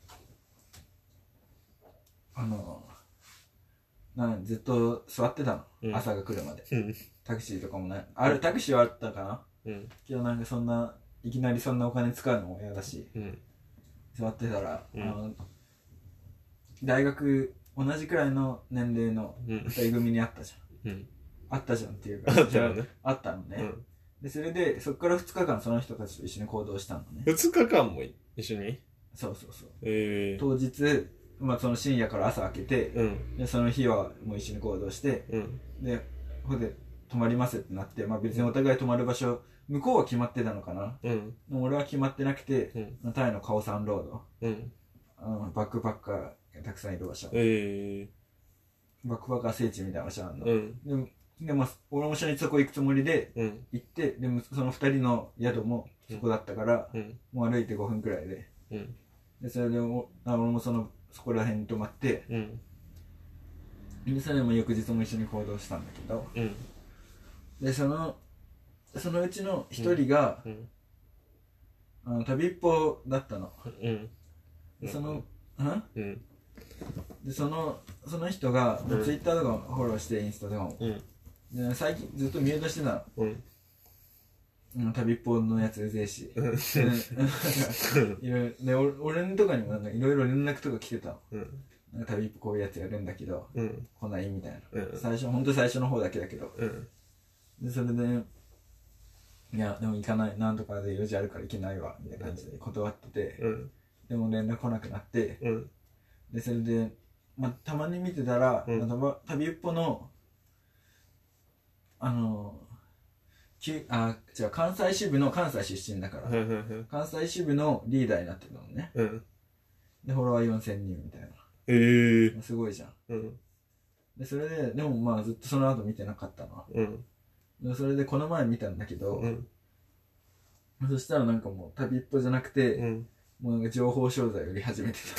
[SPEAKER 2] あのなんずっと座ってたの、うん、朝が来るまで、うん、タクシーとかもないあるタクシーはあったかな、うん、けどなんかそんないきなりそんなお金使うのも嫌だし、うん、座ってたら、うん、あの大学同じくらいの年齢のふたり組に会ったじゃん、うん、会ったじゃんっていうか
[SPEAKER 1] あったのね
[SPEAKER 2] あったのね、うん、でそれでそっからふつかかんその人たちと一緒に行動したのね
[SPEAKER 1] ふつかかんも一緒に
[SPEAKER 2] そうそうそう、
[SPEAKER 1] えー、
[SPEAKER 2] 当日まあその深夜から朝明けて、うん、でその日はもう一緒に行動して、うん、でここで泊まりますってなって、まあ、別にお互い泊まる場所向こうは決まってたのかな、うん、俺は決まってなくて、うん、タイのカオサンロード、うん、あのバックパッカーがたくさんいる場所、えー、バックパッカー聖地みたいな場所あるの、うん、でもでも俺も初日そこ行くつもりで行って、でもそのふたりの宿もそこだったから、うん、もう歩いてごふんくらいで、うん、でそれでお俺もそのそこら辺に泊まって、うん、でそれも翌日も一緒に行動したんだけど、うん、でそのそのうちの一人が、うん、あの旅っぽだったの、うん、でその、うん、でそのその人が、うん、ツイッターとかフォローしてインスタとかも、うん、で最近ずっとミュートしてたの、うんうん、旅っぽのやつうぜえし、いろいろで俺のとかにもなんかいろいろ連絡とか来てたの、うん、なんか旅っぽこういうやつやるんだけど、うん、来ないみたいな、うん、最初本当最初の方だけだけど、うん、でそれでいやでも行かないなんとかで用事あるから行けないわみたいな感じで断ってて、うん、でも連絡来なくなって、うん、でそれで、まあ、たまに見てたら、うん、旅っぽのあのあ違う関西支部の関西出身だから関西支部のリーダーになってたのね、うん、でフォロワーよんせんにんみたいな、えー、すごいじゃん、うん、でそれででもまあずっとその後見てなかったの、うん、でそれでこの前見たんだけど、うん、 そしたらなんかもう旅人じゃなくて、うん、もうなんか情報商材売り始めて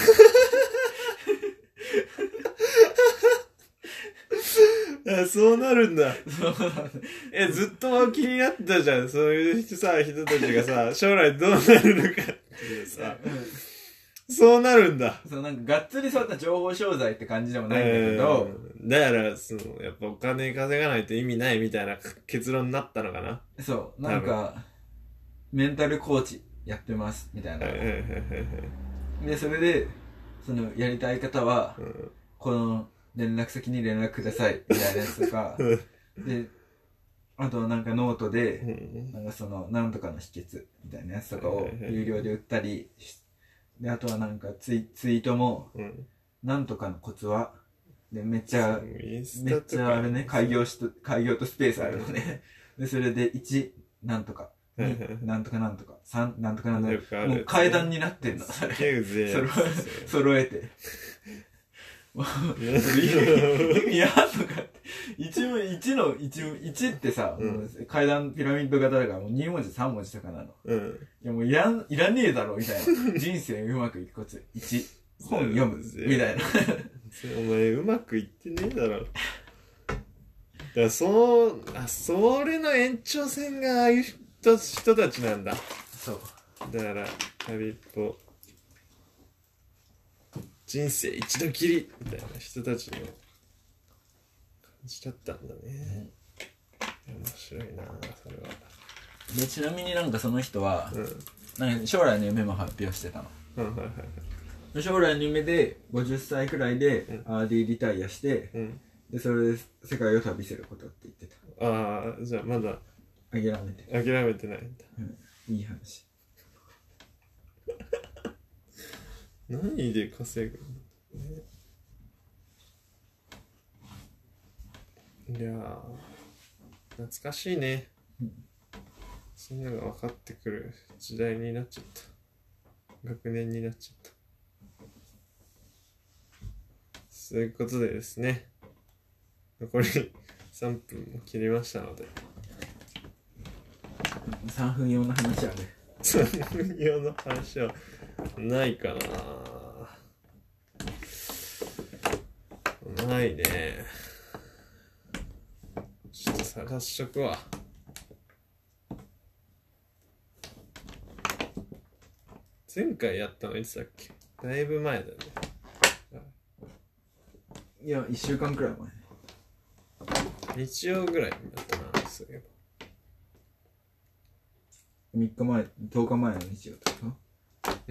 [SPEAKER 1] た。そうなるんだ。え、ずっと気になってたじゃん。そういう人さ、人たちがさ、将来どうなるのかっていうさ。そうなるんだ。
[SPEAKER 2] そう、なんかがっつりそういった情報商材って感じでもないんだけど。
[SPEAKER 1] だから、その、やっぱお金稼がないと意味ないみたいな結論になったのかな。
[SPEAKER 2] そう、なんか、メンタルコーチやってます、みたいな。で、それで、その、やりたい方は、うん、この連絡先に連絡ください、みたいなやつとか、で、あとなんかノートで、うん、なんかその、なんとかの秘訣、みたいなやつとかを有料で売ったりして、で、あとはなんかツイ、ツイートも、うん、なんとかのコツは、で、めっちゃ、めっちゃあれね、開業しと、開業とスペースあるのね。で、それでいち、なんとか、に、なんとかなんとか、さん、なんとかなんとか、もう階段になってんの、それ。揃えて。もう、意味あんのかって。一文、一の、一、一ってさ、うん、階段ピラミッド型だからもうに文字さん文字とかなの。うん。いやもういらん、いらねえだろ、みたいな。人生うまくいくコツ。いち、本読む、みたいな。
[SPEAKER 1] お前うまくいってねえだろ。だからそう、あ、それの延長線がああいう人、人たちなんだ。
[SPEAKER 2] そう。
[SPEAKER 1] だから、旅人。人生一度きりみたいな人たちの感じだったんだね。うん、面白いなそれは。
[SPEAKER 2] で、ちなみになんかその人は、うん、なんか将来の夢も発表してたの。将来の夢でごじゅっさいくらいで アールディー リタイアして、うん、で、それで世界を旅せることって言って
[SPEAKER 1] た。ああ、じゃあまだ
[SPEAKER 2] 諦めて。
[SPEAKER 1] 諦めてないんだ。
[SPEAKER 2] うん、いい話。
[SPEAKER 1] 何で稼ぐの、ね、いやー懐かしいね、うん、そんなのが分かってくる時代になっちゃった、学年になっちゃった。そういうことでですね、残りさんぷんも切りましたので
[SPEAKER 2] さんぷん用の話ある
[SPEAKER 1] さんぷん用の話はないかな。ないね。ちょっと探しとくわ。前回やったのいつだっけ？だいぶ前だね。
[SPEAKER 2] いや、いっしゅうかんくらい
[SPEAKER 1] 前。日曜ぐらいだったな、そういえば。
[SPEAKER 2] みっかまえ、とおかまえの日曜とか？うん。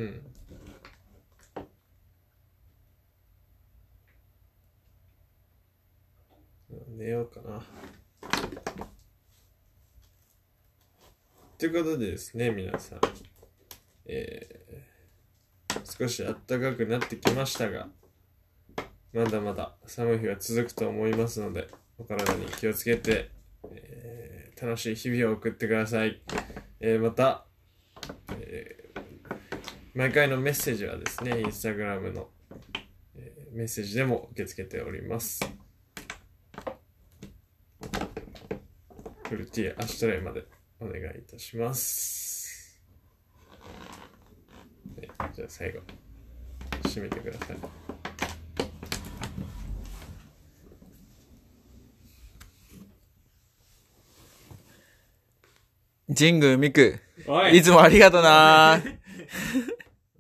[SPEAKER 1] 寝ようかな。ということでですね、皆さん、えー、少し暖かくなってきましたが、まだまだ寒い日は続くと思いますので、お体に気をつけて、えー、楽しい日々を送ってください。えー、また、えー、毎回のメッセージはですね、インスタグラムの、えー、メッセージでも受け付けております。フルティーアシュトレイまでお願いいたします。はい、じゃあ最後、締めてください。
[SPEAKER 2] 神宮ミク、いつもありがとな